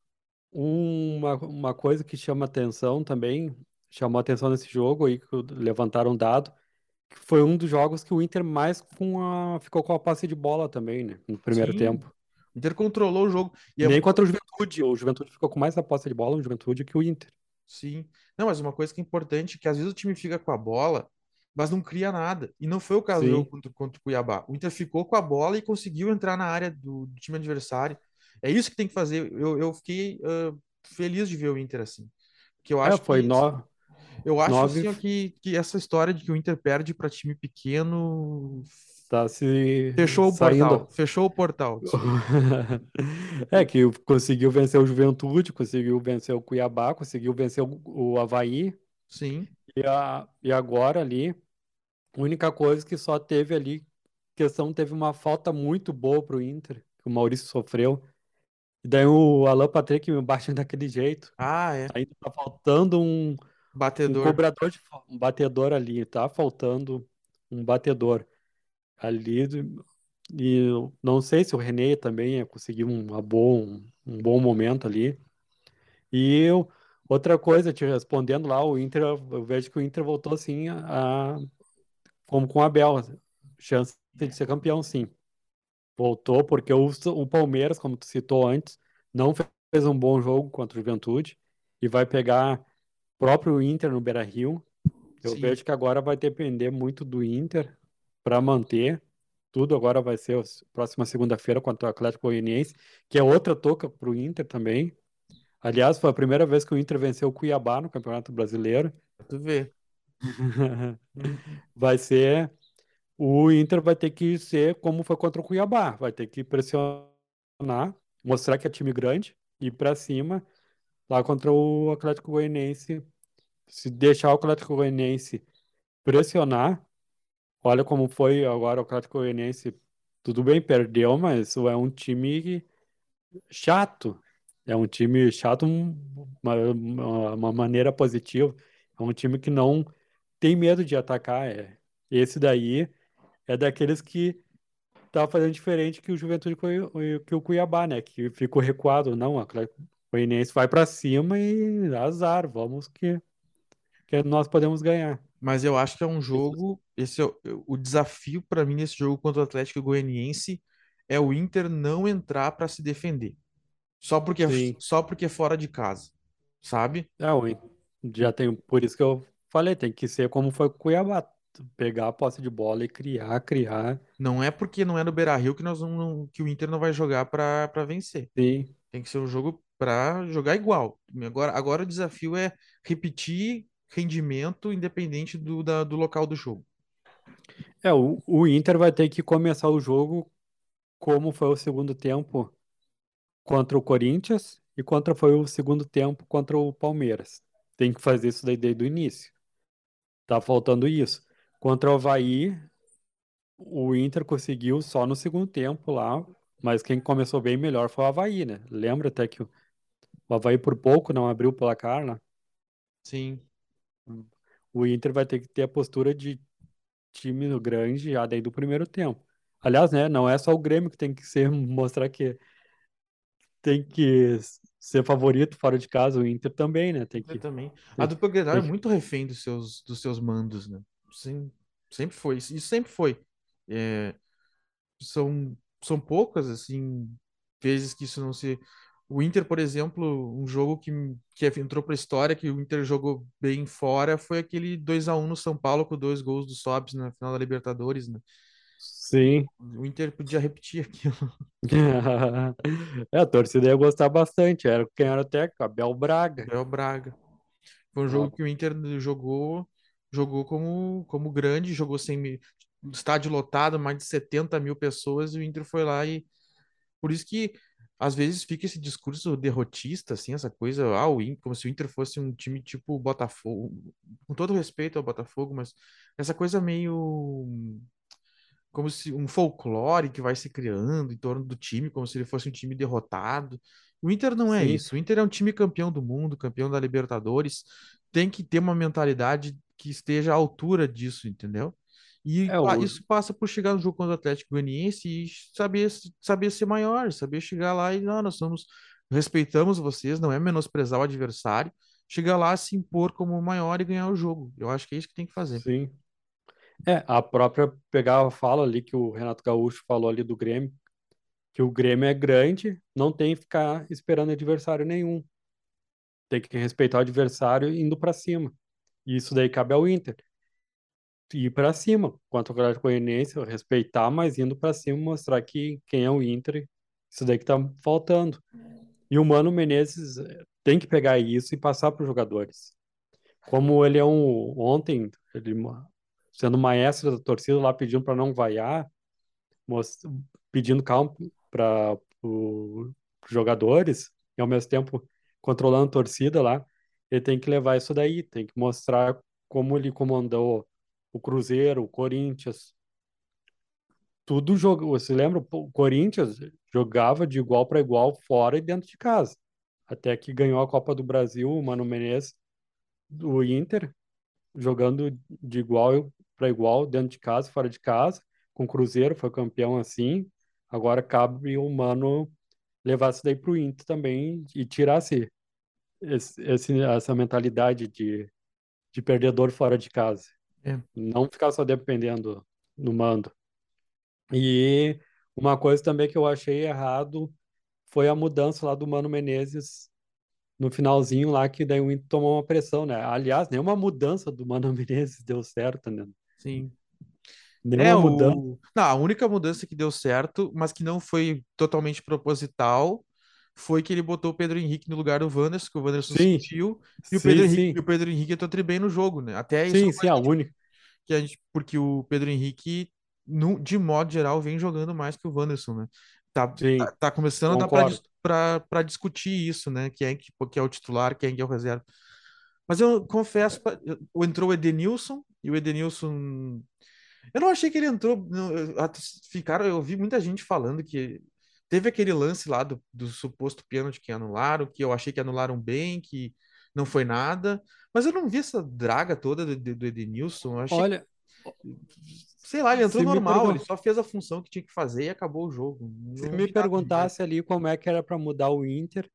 uma coisa que chama atenção também, chamou atenção nesse jogo aí, que levantaram um dado, que foi um dos jogos que o Inter mais ficou com a posse de bola também, né, no primeiro Sim, tempo. o Inter controlou o jogo. E é Nem muito. contra o Juventude ficou com mais a posse de bola no Juventude que o Inter. Sim. Não, mas uma coisa que é importante é que às vezes o time fica com a bola, mas não cria nada. E não foi o caso do jogo Sim, contra o Cuiabá. O Inter ficou com a bola e conseguiu entrar na área do time adversário. É isso que tem que fazer. Eu fiquei feliz de ver o Inter assim. Porque foi eu acho nove, assim, ó, que essa história de que o Inter perde para time pequeno tá se fechou o portal. saindo. Fechou o portal. Desculpa. É que conseguiu vencer o Juventude, conseguiu vencer o Cuiabá, conseguiu vencer o Avaí, Sim, e agora ali, a única coisa que só teve ali, teve uma falta muito boa pro Inter, que o Maurício sofreu, e daí o Alan Patrick me bate daquele jeito. ah, é. Ainda tá faltando um Batedor. cobrador, um batedor ali, tá faltando um batedor ali. E eu não sei se o René também ia conseguir um bom momento ali. E outra coisa, te respondendo lá, o Inter, eu vejo que o Inter voltou assim, como com o Abel, chance de ser campeão, sim. Voltou porque o Palmeiras, como tu citou antes, não fez um bom jogo contra o Juventude e vai pegar o próprio Inter no Beira-Rio. Eu Sim. vejo que agora vai depender muito do Inter para manter. Tudo agora vai ser próxima segunda-feira contra o Atlético Goianiense, que é outra toca para o Inter também. Aliás, foi a primeira vez que o Inter venceu o Cuiabá no Campeonato Brasileiro. Pra tu ver. Uhum. Vai ser, o Inter vai ter que ser como foi contra o Cuiabá, vai ter que pressionar, mostrar que é time grande, ir para cima lá contra o Atlético Goianiense. Se deixar o Atlético Goianiense pressionar, olha como foi agora o Atlético Goianiense. Tudo bem, perdeu, mas é um time chato. É um time chato, uma maneira positiva. É um time que não tem medo de atacar. Esse daí é daqueles que tá fazendo diferente que o Juventude que o Cuiabá, né? Que ficou recuado. Não, o Atlético Goianiense vai para cima e azar. Vamos que nós podemos ganhar. Mas eu acho que é um Isso, jogo. Esse é o desafio para mim nesse jogo contra o Atlético Goianiense é o Inter não entrar para se defender. sim. Só porque é fora de casa, sabe? É, já tem, por isso que eu falei, tem que ser como foi com o Cuiabá. Pegar a posse de bola e criar. Não é porque não é no Beira-Rio que que o Inter não vai jogar para vencer. Sim. Tem que ser um jogo para jogar igual. Agora o desafio é repetir rendimento independente do local do jogo. O Inter vai ter que começar o jogo como foi o segundo tempo contra o Corinthians e contra foi o segundo tempo contra o Palmeiras. Tem que fazer isso daí desde o início. Tá faltando isso. Contra o Avaí, o Inter conseguiu só no segundo tempo lá, mas quem começou bem melhor foi o Avaí, né? Lembra até que o Avaí por pouco não abriu o placar, né? Sim, O Inter vai ter que ter a postura de time grande já daí do primeiro tempo. Aliás, né, não é só o Grêmio que tem que ser mostrar que tem que ser favorito fora de casa, o Inter também, né? Inter também. A Tem, dupla Grenal é tem que muito refém dos seus mandos, né? Sim, sempre foi. Isso sempre foi. É, são poucas, assim, vezes que isso não se. O Inter, por exemplo, um jogo que entrou para a história, que o Inter jogou bem fora, foi aquele 2-1 no São Paulo com dois gols do Sobs na final da Libertadores, né? sim. O Inter podia repetir aquilo. A torcida ia gostar bastante. Era quem era o técnico, Abel Braga. É o Braga. Foi um Ó, jogo que o Inter jogou como grande, jogou estádio lotado, mais de 70 mil pessoas, e o Inter foi lá e por isso que às vezes fica esse discurso derrotista, assim, essa coisa, o Inter, como se o Inter fosse um time tipo o Botafogo, com todo respeito ao Botafogo, mas essa coisa meio como se um folclore que vai se criando em torno do time, como se ele fosse um time derrotado. O Inter não é sim. isso. O Inter é um time campeão do mundo, campeão da Libertadores, tem que ter uma mentalidade que esteja à altura disso, entendeu? E É o, isso passa por chegar no jogo contra o Atlético Goianiense e saber ser maior, saber chegar lá e não, respeitamos vocês, não é menosprezar o adversário, chegar lá, se impor como o maior e ganhar o jogo. Eu acho que é isso que tem que fazer. sim. A própria pegar a fala ali que o Renato Gaúcho falou ali do Grêmio, que o Grêmio é grande, não tem que ficar esperando adversário nenhum. Tem que respeitar o adversário indo para cima. E isso daí cabe ao Inter. Ir para cima, quanto ao Atlético Goianiense, respeitar, mas indo para cima, mostrar que quem é o Inter, isso daí que tá faltando. E o Mano Menezes tem que pegar isso e passar para os jogadores. Como ele é ontem, ele sendo maestro da torcida lá pedindo para não vaiar, mos- pedindo calma para os jogadores e ao mesmo tempo controlando a torcida lá, ele tem que levar isso daí, tem que mostrar como ele comandou o Cruzeiro, o Corinthians, tudo jogo. Você lembra? O Corinthians jogava de igual para igual fora e dentro de casa. Até que ganhou a Copa do Brasil, o Mano Menezes, do Inter, jogando de igual para igual, dentro de casa, fora de casa, com o Cruzeiro, foi campeão assim. Agora cabe o Mano levar isso daí pro Inter também e tirar essa mentalidade de perdedor fora de casa. É, Não ficar só dependendo do mando. E uma coisa também que eu achei errado foi a mudança lá do Mano Menezes no finalzinho lá, que daí o Inter tomou uma pressão, né? Aliás, nenhuma mudança do Mano Menezes deu certo, né? sim. Nenhuma mudança. Não, a única mudança que deu certo, mas que não foi totalmente proposital, foi que ele botou o Pedro Henrique no lugar do Wanderson, que o Wanderson Sim, sentiu, sim, E o sim. Pedro Henrique entrou tri bem no jogo, né? Até isso é Sim, uma sim, coisa que a gente, porque o Pedro Henrique de modo geral, vem jogando mais que o Wanderson, né? Sim, Tá começando a dar concordo. para discutir isso, né? Que é o titular, quem é o reserva. Mas eu confesso, entrou o Edenilson, e o Edenilson. Eu não achei que ele entrou. Ficaram, eu vi muita gente falando que teve aquele lance lá do suposto pênalti que anularam, que eu achei que anularam bem, que não foi nada. Mas eu não vi essa draga toda do Edenilson. Eu achei Olha, sei lá, ele entrou se me normal, ele pergun só fez a função que tinha que fazer e acabou o jogo. se Não me vi nada demais. perguntasse ali como é que era para mudar o Inter,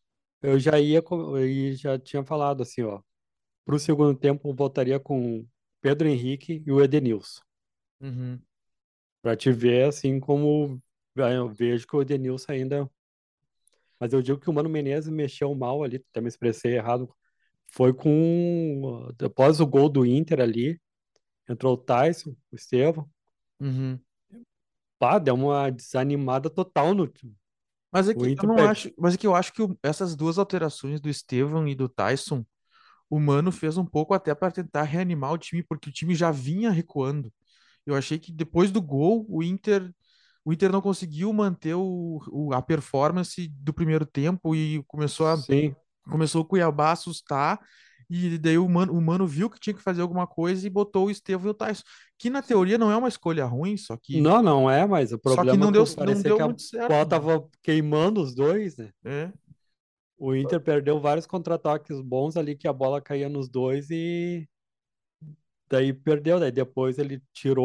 eu já tinha falado assim, ó, para o segundo tempo eu voltaria com Pedro Henrique e o Edenilson, Uhum, para te ver assim como eu vejo que o Edenilson ainda, mas eu digo que o Mano Menezes mexeu mal ali, até me expressei errado, foi com após o gol do Inter ali, entrou o Tyson, o Estevão, uhum. pá, deu uma desanimada total no time. Mas é O que eu Inter não perde. acho, mas é que eu acho que essas duas alterações do Estevão e do Tyson, o Mano fez um pouco até para tentar reanimar o time, porque o time já vinha recuando. Eu achei que depois do gol, o Inter não conseguiu manter a performance do primeiro tempo e Sim, começou o Cuiabá a assustar. E daí o Mano viu que tinha que fazer alguma coisa e botou o Estevão e o Tyson, que na teoria não é uma escolha ruim, não, não é, mas o só que problema é que não parecia deu que a muito certo, bola né? tava queimando os dois, né? É. O Inter perdeu vários contra-ataques bons ali que a bola caía nos dois e daí perdeu. Daí depois ele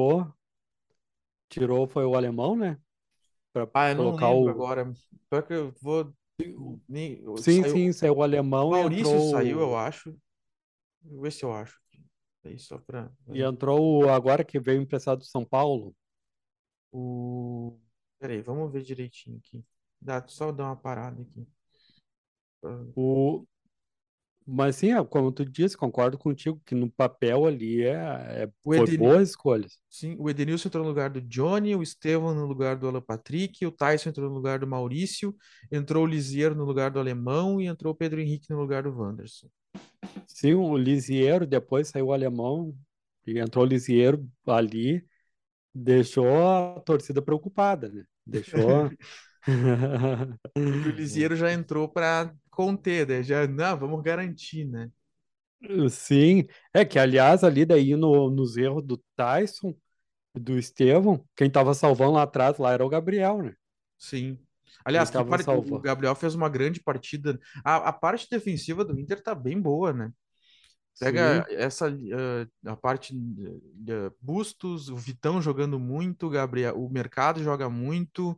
tirou foi o alemão, né? Pra Ah, eu não colocar lembro o. agora. Pior que eu vou. Sim, Saiu. sim, saiu o alemão Maurício saiu, eu acho. Vou ver se eu acho. Aí só pra. e entrou agora que veio emprestado do São Paulo. O. Peraí, vamos ver direitinho aqui. Só dar uma parada aqui. Ah, O, mas sim, como tu disse, concordo contigo que no papel ali O foi Eden... boas escolhas. Sim, o Edenilson entrou no lugar do Johnny, o Estevão no lugar do Alan Patrick, o Tyson entrou no lugar do Maurício, entrou o Lisiero no lugar do Alemão e entrou o Pedro Henrique no lugar do Wanderson. Sim, o Lisiero, depois saiu o alemão e entrou o Lisiero ali, deixou a torcida preocupada, né? Deixou. Porque o Lisiero já entrou para conter, né? Já, não, vamos garantir, né? Sim, é que aliás, ali daí nos erros do Tyson e do Estevão, quem tava salvando lá atrás lá era o Gabriel, né? Sim. Quem Aliás, tava o salvando. Gabriel fez uma grande partida. A parte defensiva do Inter tá bem boa, né? Pega Sim, a parte de Bustos, o Vitão jogando muito, o Gabriel, o Mercado joga muito,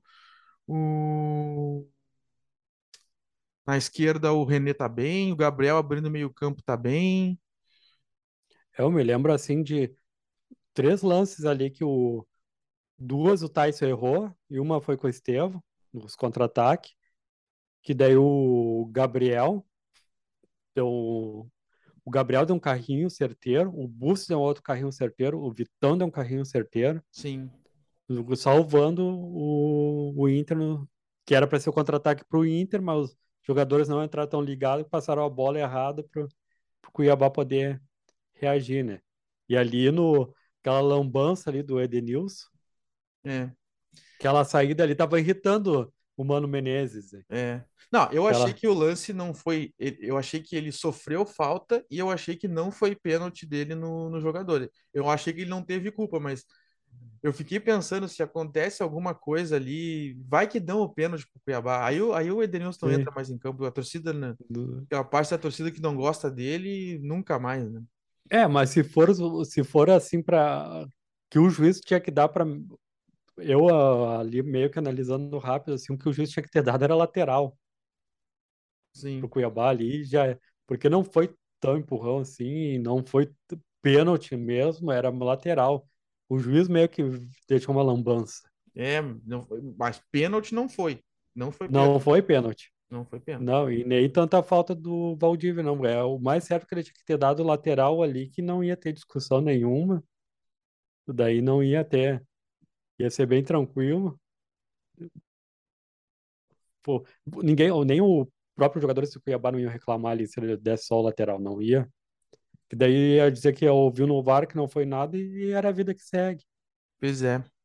o na esquerda o René tá bem, o Gabriel abrindo meio campo tá bem. eu me lembro assim de três lances ali que duas o Tyson errou e uma foi com o Estevão, nos contra-ataques, que daí o Gabriel deu um carrinho certeiro, o Bustos deu um outro carrinho certeiro, o Vitão deu um carrinho certeiro, Sim. salvando o Inter, que era para ser o contra-ataque para o Inter, mas os jogadores não entraram tão ligados, passaram a bola errada para o Cuiabá poder reagir, né? E ali aquela lambança ali do Edenilson, É. aquela saída ali tava irritando o Mano Menezes, né? É. Não, eu achei Aquela, que o lance não foi. Eu achei que ele sofreu falta e eu achei que não foi pênalti dele no jogador. Eu achei que ele não teve culpa, mas eu fiquei pensando se acontece alguma coisa ali, vai que dão o pênalti pro Cuiabá. Aí o Edenilson não entra sim, mais em campo. A torcida, né? do- A parte da torcida que não gosta dele, nunca mais, né? mas se for assim para que o juiz tinha que dar para eu ali meio que analisando rápido assim, o que o juiz tinha que ter dado era lateral pro Sim. Cuiabá ali, já porque não foi tão empurrão assim, não foi pênalti mesmo, era lateral. O juiz meio que deixou uma lambança. É, não, mas pênalti não foi. Não foi Não pênalti. foi pênalti. Não foi pênalti. Não, e nem tanta falta do Valdívia, não. É o mais certo que ele tinha que ter dado lateral ali, que não ia ter discussão nenhuma. Daí não ia ter. Ia ser bem tranquilo. Pô, ninguém, ou nem o próprio jogador do Cuiabá não ia reclamar ali se ele desse só o lateral, não ia. Que daí ia dizer que ouviu no VAR que não foi nada e era a vida que segue. Pois é.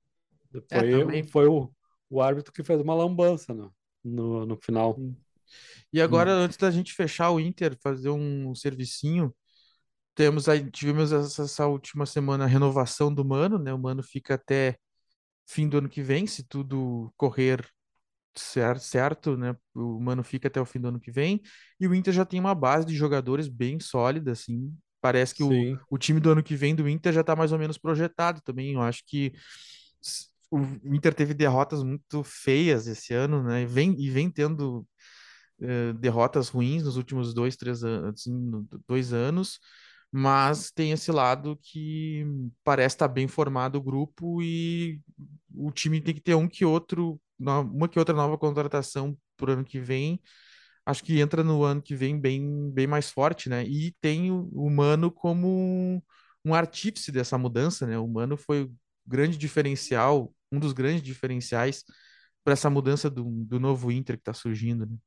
É, também. Foi o árbitro que fez uma lambança no final. Sim. E agora, antes da gente fechar o Inter, fazer um servicinho, tivemos essa última semana a renovação do Mano, né? O Mano fica até fim do ano que vem, se tudo correr certo, né? O Mano fica até o fim do ano que vem. E o Inter já tem uma base de jogadores bem sólida, assim. Parece que Sim. o time do ano que vem do Inter já está mais ou menos projetado também. Eu acho que o Inter teve derrotas muito feias esse ano, né? E vem tendo derrotas ruins nos últimos 2, 3 anos, assim, 2 anos, mas tem esse lado que parece estar bem formado o grupo e o time tem que ter uma que outra nova contratação por ano que vem. Acho que entra no ano que vem bem mais forte, né? E tem o Mano como um artífice dessa mudança, né? O Mano foi o grande diferencial, um dos grandes diferenciais para essa mudança do novo Inter que está surgindo, né?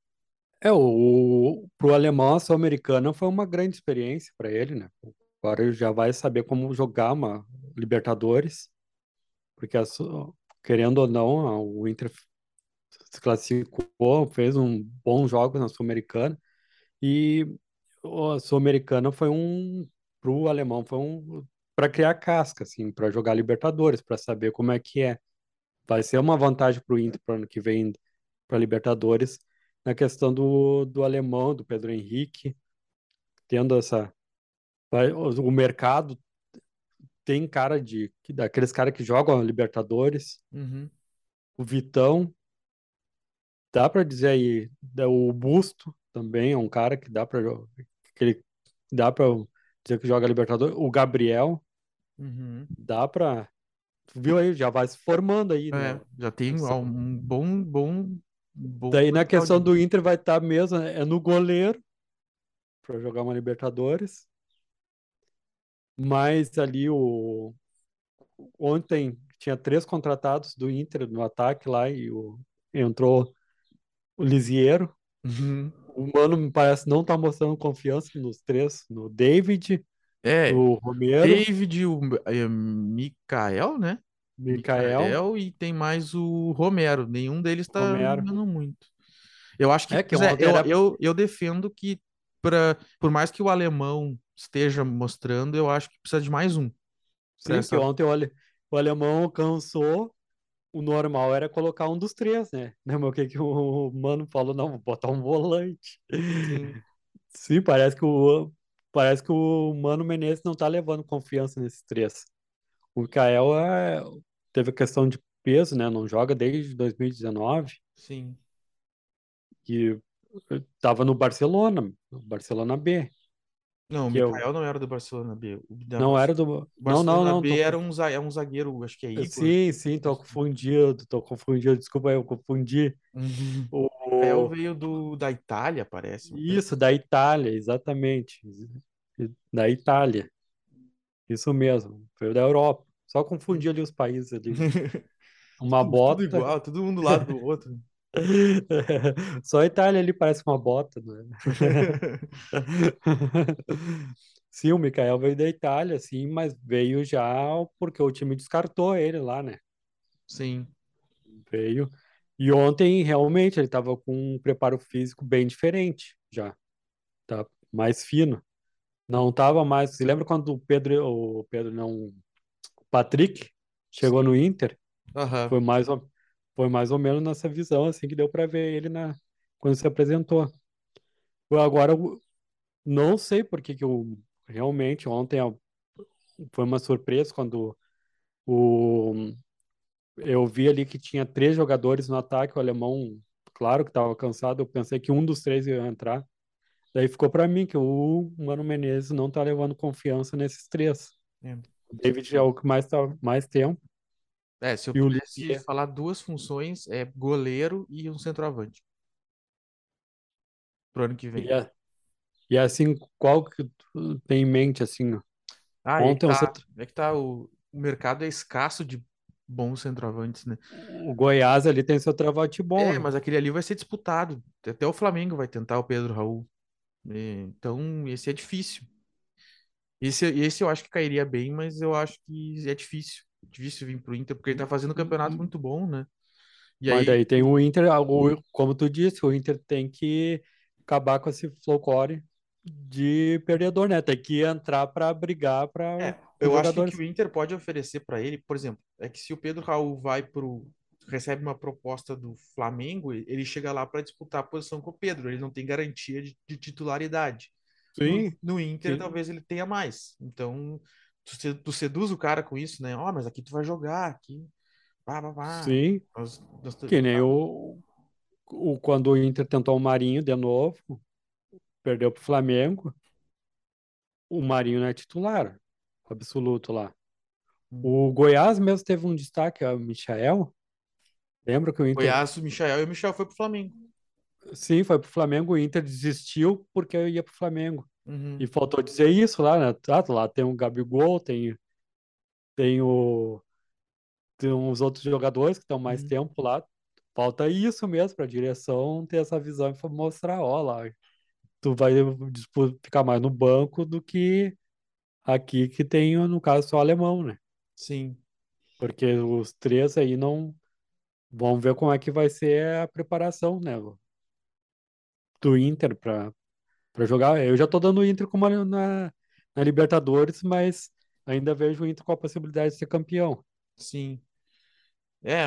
Pro alemão, a Sul-Americana foi uma grande experiência para ele, né? Agora ele já vai saber como jogar uma Libertadores, porque querendo ou não, o Inter se classificou, fez um bom jogo na Sul-Americana e a Sul-Americana foi pro alemão foi para criar casca, assim, para jogar Libertadores, para saber como é que é. Vai ser uma vantagem para o Inter para ano que vem para Libertadores na questão do alemão, do Pedro Henrique, tendo o mercado tem cara daqueles caras que jogam a Libertadores, Uhum. o Vitão, dá para dizer aí, o Busto também é um cara que que ele dá para dizer que joga Libertadores, o Gabriel, Uhum. dá para viu aí, já vai se formando aí, né? É, já tem um bom Daí na plantel questão de. do Inter vai estar mesmo é no goleiro para jogar uma Libertadores, mas ali ontem tinha três contratados do Inter no ataque lá e entrou o Lisiero. Uhum. O Mano me parece não tá mostrando confiança nos três, no David, É, no Romero, David, o Mikael, né? Mikael, Mikael e tem mais o Romero. Nenhum deles está Romero. jogando muito. Eu acho que, É que pois é, ontem era eu defendo que, por mais que o alemão esteja mostrando, eu acho que precisa de mais um para sim, que essa. ontem o alemão cansou. O normal era colocar um dos três, né? Mas o que que o Mano falou? Não, vou botar um volante. Sim. Sim, parece que o Mano Menezes não tá levando confiança nesses três. O Mikael teve questão de peso, né? Não joga desde 2019, Sim. que tava no Barcelona B, Não, o que eu Mikael não era do Barcelona B. não era O não, não, Barcelona não, B era é um zagueiro, acho que é Igor. sim, sim, tô confundido, desculpa, eu confundi. Uhum. O, Mikael o- veio da Itália, parece, uma coisa isso, da Itália, exatamente. Da Itália, isso mesmo. Foi da Europa. Só assim. confundi ali os países ali. Uma Tudo bota. igual, todo mundo do lado do outro. Só a Itália ali parece uma bota, né? Sim, o Mikael veio da Itália, sim, mas veio já porque o time descartou ele lá, né? Sim. Veio. E ontem, realmente, ele estava com um preparo físico bem diferente já. Tá mais fino. Não tava mais. Você lembra quando o Pedro não, o Patrick chegou no Sim. Inter? Aham. Foi mais ou, foi mais ou menos nessa visão assim que deu para ver ele quando se apresentou. Agora não sei por que que eu realmente ontem foi uma surpresa quando o eu vi ali que tinha três jogadores no ataque, o alemão, claro que estava cansado, eu pensei que um dos três ia entrar. Daí ficou para mim que o Mano Menezes não tá levando confiança nesses três. É. O David é o que mais tá mais tempo Se eu e o pudesse Lisier. falar duas funções, é goleiro e um centroavante pro ano que vem. E, e assim, qual que tu tem em mente assim? Ah, Ontem você, o mercado é escasso de bons centroavantes, né? o Goiás ali tem seu travante bom, É, né? mas aquele ali vai ser disputado. Até o Flamengo vai tentar o Pedro Raul. Então, esse é difícil. Esse eu acho que cairia bem, mas eu acho que é difícil. difícil vir pro Inter, porque ele tá fazendo um campeonato muito bom, né? E Mas aí, daí tem o Inter, como tu disse, o Inter tem que acabar com esse folclore de perdedor, né? Tem que entrar para brigar para os eu acho que o que jogadores. o Inter pode oferecer para ele, por exemplo, é que se o Pedro Raul recebe uma proposta do Flamengo, ele chega lá para disputar a posição com o Pedro, ele não tem garantia de titularidade. Sim, No Inter, sim, talvez ele tenha mais. Então, tu seduz o cara com isso, né? Ó, mas aqui tu vai jogar, aqui, pá, pá, pá. sim. Que nem quando o Inter tentou o Marinho de novo, perdeu pro Flamengo, o Marinho não é titular absoluto lá. O Goiás mesmo teve um destaque, ó, o Michael. Lembra que o Inter, Goiás, o Michael e o Michel foi pro Flamengo. sim, foi pro Flamengo, o Inter desistiu porque eu ia pro Flamengo. Uhum, E faltou dizer isso lá, né? Lá tem o Gabigol, tem o tem uns outros jogadores que estão mais uhum. tempo lá. Falta isso mesmo para a direção ter essa visão e mostrar, ó lá, tu vai ficar mais no banco do que aqui que tem, no caso, só alemão, né? Sim, Porque os três aí não vão ver como é que vai ser a preparação, né, do Inter para jogar. Eu já tô dando o Inter como na Libertadores, mas ainda vejo o Inter com a possibilidade de ser campeão. sim. É,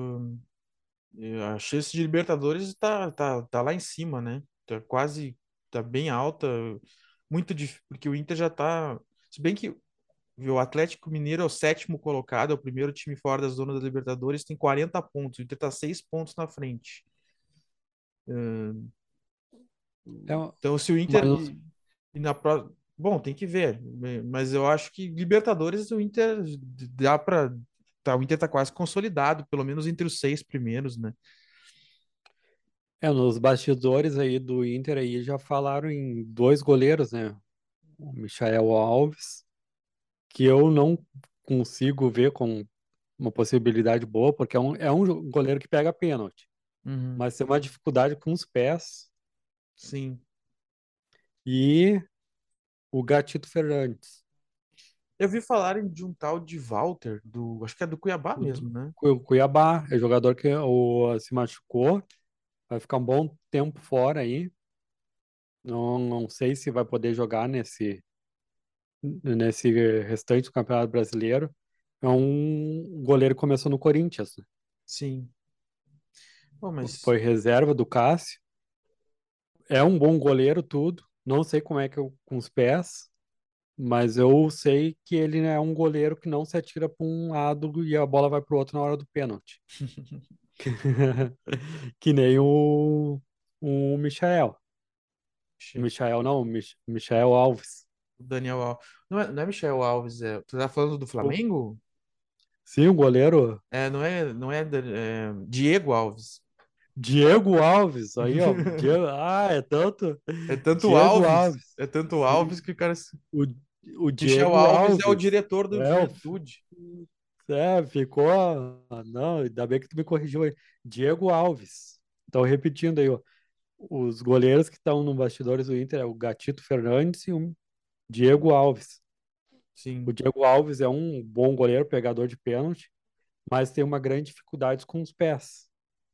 a chance de Libertadores tá lá em cima, né? Tá quase, tá bem alta. Muito difícil, porque o Inter já tá. Se bem que o Atlético Mineiro é o sétimo colocado, é o primeiro time fora da zona da Libertadores, tem 40 pontos. O Inter tá 6 pontos na frente. É, Então, se o Inter. mas E na pro... Bom, tem que ver. Mas eu acho que Libertadores o Inter dá pra. Tá, o Inter tá quase consolidado, pelo menos entre os 6 primeiros, né? nos bastidores aí do Inter aí já falaram em dois goleiros, né? O Michael Alves, que eu não consigo ver com uma possibilidade boa, porque é um goleiro que pega pênalti, Uhum, mas tem uma dificuldade com os pés. sim. E o Gatito Fernandes, Eu vi falarem de um tal de Walter, acho que é do Cuiabá o do mesmo, né? Cuiabá, é jogador que se machucou, vai ficar um bom tempo fora aí. Não sei se vai poder jogar nesse restante do Campeonato Brasileiro. É um goleiro que começou no Corinthians, né? Sim. Bom, mas Foi reserva do Cássio. É um bom goleiro, tudo. Não sei como é que é com os pés, mas eu sei que ele é um goleiro que não se atira para um lado e a bola vai para o outro na hora do pênalti. Que nem o Michael. O Michael não, Michael Alves. o Daniel Alves. Não é Michel Alves, tu tá falando do O- Flamengo? Sim, o goleiro Não é, Diego Alves. Diego Alves. Aí, ó. É tanto. Diego Alves. É tanto Sim. Alves que o cara. O, o Michel Diego Alves é o Alves. diretor do É, Juventude. ficou. Não, ainda bem que tu me corrigiu aí. Diego Alves. Então, repetindo aí, ó. Os goleiros que estão no bastidores do Inter é o Gatito Fernandes e o Diego Alves. O Sim, Diego Alves é um bom goleiro, pegador de pênalti, mas tem uma grande dificuldade com os pés.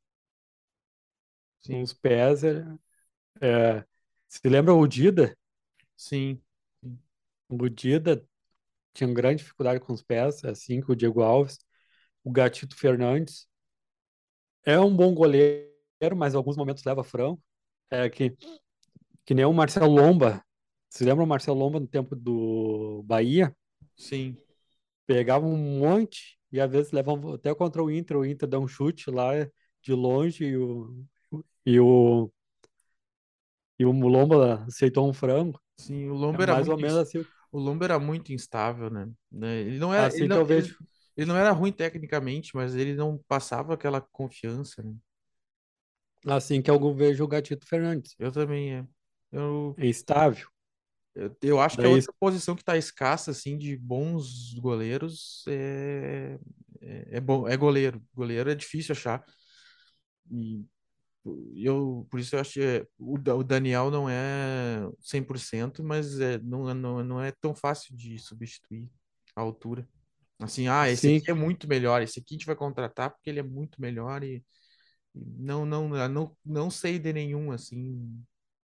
Com sim, os pés, é, se lembra o Dida? sim, sim, O Dida tinha uma grande dificuldade com os pés, assim que o Diego Alves. O Gatito Fernandes é um bom goleiro, mas em alguns momentos leva frango. É que nem o Marcelo Lomba. Se lembra o Marcelo Lomba no tempo do Bahia? sim, Pegava um monte e às vezes levava até contra o Inter dá um chute lá de longe e o, e o Lomba aceitou um frango. sim. É mais ou menos O Lomba era muito instável, né? assim que eu vejo. Ele não era ruim tecnicamente, mas ele não passava aquela confiança, né? Assim que eu vejo o Gatito Fernandes. Eu também é. Eu, É instável. eu acho que a Daí, outra posição que tá escassa, assim, de bons goleiros é bom, é goleiro. Goleiro é difícil achar. E por isso eu acho que o Daniel não é 100%, mas não é tão fácil de substituir a altura. Assim, esse Sim, aqui é muito melhor, esse aqui a gente vai contratar porque ele é muito melhor e não sei de nenhum, assim.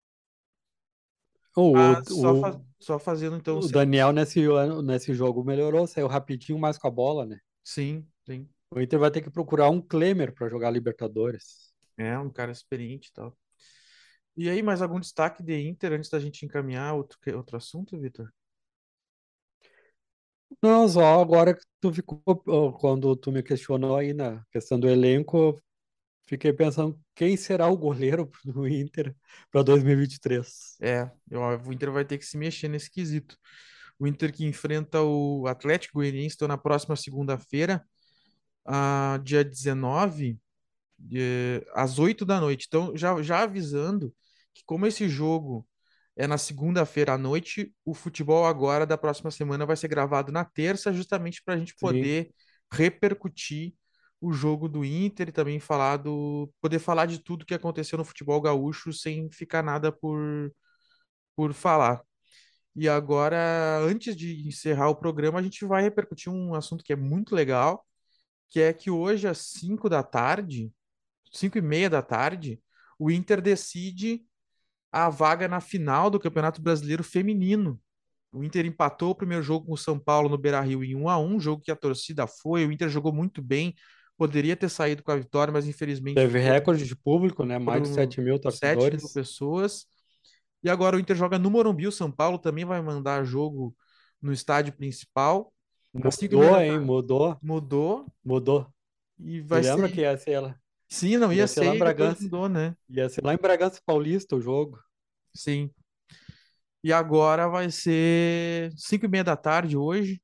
o, Mas o, só fazendo então o sendo. Daniel nesse jogo melhorou, saiu rapidinho mais com a bola, né? Sim, sim. O Inter vai ter que procurar um Klemer para jogar Libertadores. É um cara experiente e tal. E aí, mais algum destaque de Inter antes da gente encaminhar outro assunto, Vitor? Não, só agora que tu ficou, quando tu me questionou aí na questão do elenco, eu fiquei pensando quem será o goleiro do Inter para 2023. O Inter vai ter que se mexer nesse quesito. O Inter que enfrenta o Atlético Goianiense então, na próxima segunda-feira, dia 19, às 8 da noite. Então, já avisando que como esse jogo é na segunda-feira à noite, o futebol agora da próxima semana vai ser gravado na terça, justamente para a gente Sim, poder repercutir o jogo do Inter e também poder falar de tudo que aconteceu no futebol gaúcho sem ficar nada por falar. E agora, antes de encerrar o programa, a gente vai repercutir um assunto que é muito legal, que é que hoje, às 5 da tarde, 5:30 da tarde, o Inter decide a vaga na final do Campeonato Brasileiro Feminino. O Inter empatou o primeiro jogo com o São Paulo no Beira-Rio em 1-1, jogo que a torcida foi, o Inter jogou muito bem, poderia ter saído com a vitória, mas infelizmente teve ficou recorde de público, né? Mais de por 7 mil 7 mil torcedores. pessoas. E agora o Inter joga no Morumbi, o São Paulo também vai mandar jogo no estádio principal. Às 5:30 Mudou, da hein? tarde. Mudou, Mudou mudou. e Tu vai lembra que ser. Sim, não ia ia ser lá em ser e depois Bragança, mudou, né? ia ser lá em Bragança Paulista o jogo. Sim. E agora vai ser 5:30 da tarde hoje.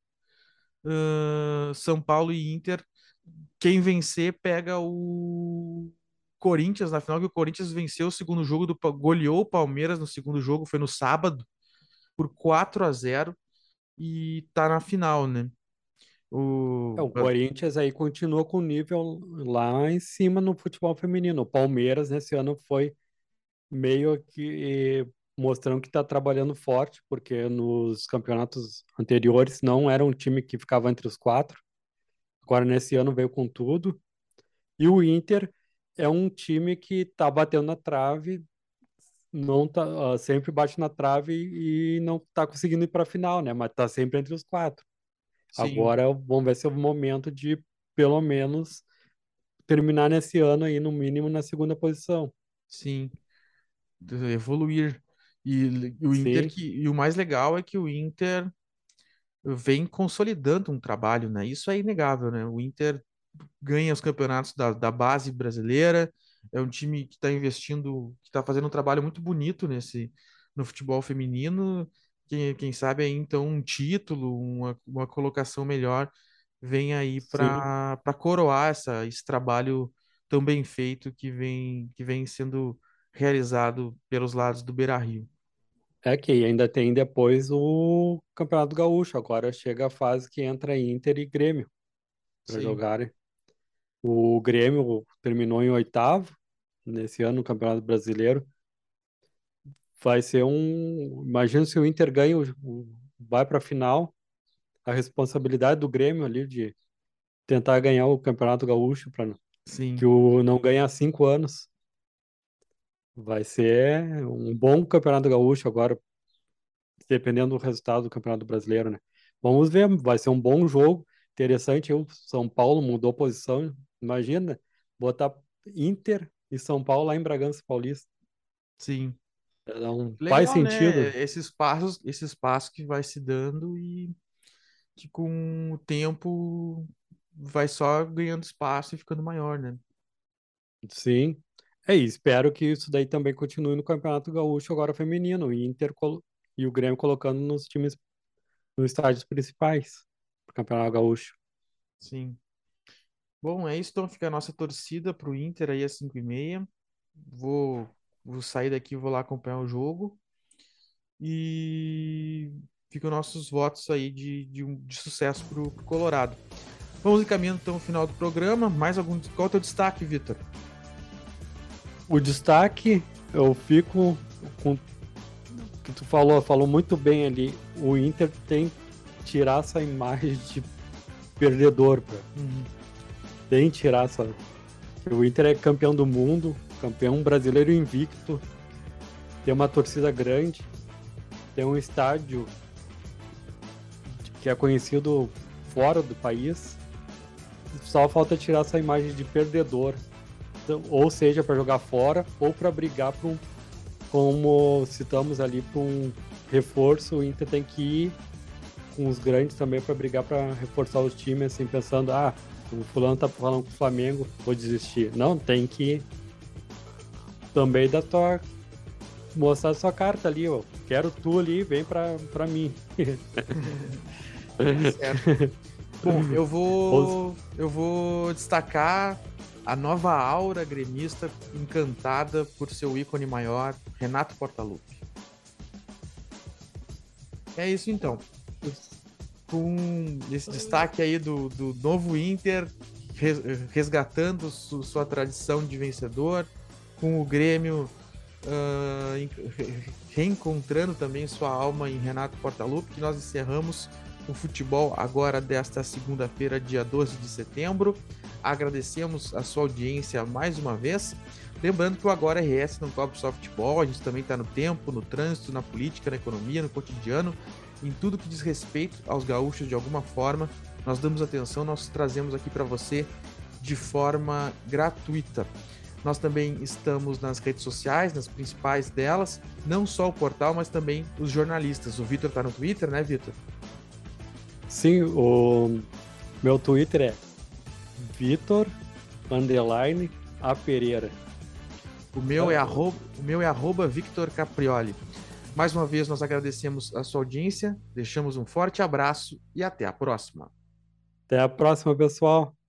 São Paulo e Inter. Quem vencer pega o Corinthians na final, que o Corinthians venceu o segundo jogo, goleou o Palmeiras no segundo jogo, foi no sábado, por 4-0 e tá na final, né? O... O Corinthians aí continua com o nível lá em cima no futebol feminino. O Palmeiras nesse ano foi meio que mostrando que está trabalhando forte, porque nos campeonatos anteriores não era um time que ficava entre os quatro. Agora nesse ano veio com tudo. E o Inter é um time que está batendo na trave, não tá, sempre bate na trave e não está conseguindo ir para a final, né? Mas está sempre entre os quatro. Sim, Agora vamos ver se é o momento de pelo menos terminar nesse ano aí, no mínimo, na segunda posição. sim, evoluir. O Inter Sim, e o mais legal é que o Inter vem consolidando um trabalho, né? Isso é inegável, né? O Inter ganha os campeonatos da base brasileira, é um time que está investindo, que está fazendo um trabalho muito bonito no futebol feminino. Quem sabe aí então um título, uma colocação melhor vem aí sim. para coroar esse trabalho tão bem feito que vem sendo realizado pelos lados do Beira-Rio. É que ainda tem depois o Campeonato Gaúcho. Agora chega a fase que entra Inter e Grêmio para Sim, jogarem. O Grêmio terminou em oitavo nesse ano no Campeonato Brasileiro. Vai ser um. Imagina se o Inter ganha, vai para a final. A responsabilidade do Grêmio ali de tentar ganhar o Campeonato Gaúcho, para que sim, o não ganha há 5 anos. Vai ser um bom Campeonato Gaúcho agora, dependendo do resultado do Campeonato Brasileiro, né? Vamos ver, vai ser um bom jogo, interessante. O São Paulo mudou posição, imagina botar Inter e São Paulo lá em Bragança Paulista. sim. Não faz Legal, sentido. né? Esse espaço que vai se dando e que com o tempo vai só ganhando espaço e ficando maior, né? Sim. É, e espero que isso daí também continue no Campeonato Gaúcho agora feminino, e o Grêmio colocando nos times, nos estádios principais do Campeonato Gaúcho. Sim. Bom, é isso. Então fica a nossa torcida pro Inter aí às 5:30. Vou, vou sair daqui, vou lá acompanhar o jogo. E ficam nossos votos aí de sucesso pro Colorado. Vamos encaminhando então o final do programa. Qual é o teu destaque, Vitor? O destaque, eu fico com o que tu falou muito bem ali. O Inter tem que tirar essa imagem de perdedor. Uhum. Tem que tirar essa... O Inter é campeão do mundo, campeão brasileiro invicto, tem uma torcida grande, tem um estádio que é conhecido fora do país. Só falta tirar essa imagem de perdedor. Então, ou seja, para jogar fora ou para brigar para como citamos ali, para um reforço. O Inter tem que ir com os grandes também para brigar para reforçar os times, assim, pensando, o fulano tá falando com o Flamengo, vou desistir. Não, tem que também mostrar a sua carta ali, ó. Quero tu ali, vem pra mim. Certo. Bom, eu vou destacar a nova aura gremista encantada por seu ícone maior, Renato Portaluppi. É isso então. Com esse destaque aí do novo Inter resgatando sua tradição de vencedor, com o Grêmio reencontrando também sua alma em Renato Portaluppi, que nós encerramos o futebol agora desta segunda-feira, dia 12 de setembro. Agradecemos a sua audiência mais uma vez. Lembrando que o Agora RS não cobre só futebol, a gente também está no tempo, no trânsito, na política, na economia, no cotidiano, em tudo que diz respeito aos gaúchos de alguma forma. Nós damos atenção, nós trazemos aqui para você de forma gratuita. Nós também estamos nas redes sociais, nas principais delas, não só o portal, mas também os jornalistas. O Vitor está no Twitter, né, Vitor? Sim, o meu Twitter é Vitor_A Pereira. O meu é arroba Victor Caprioli. Mais uma vez, nós agradecemos a sua audiência, deixamos um forte abraço e até a próxima. Até a próxima, pessoal.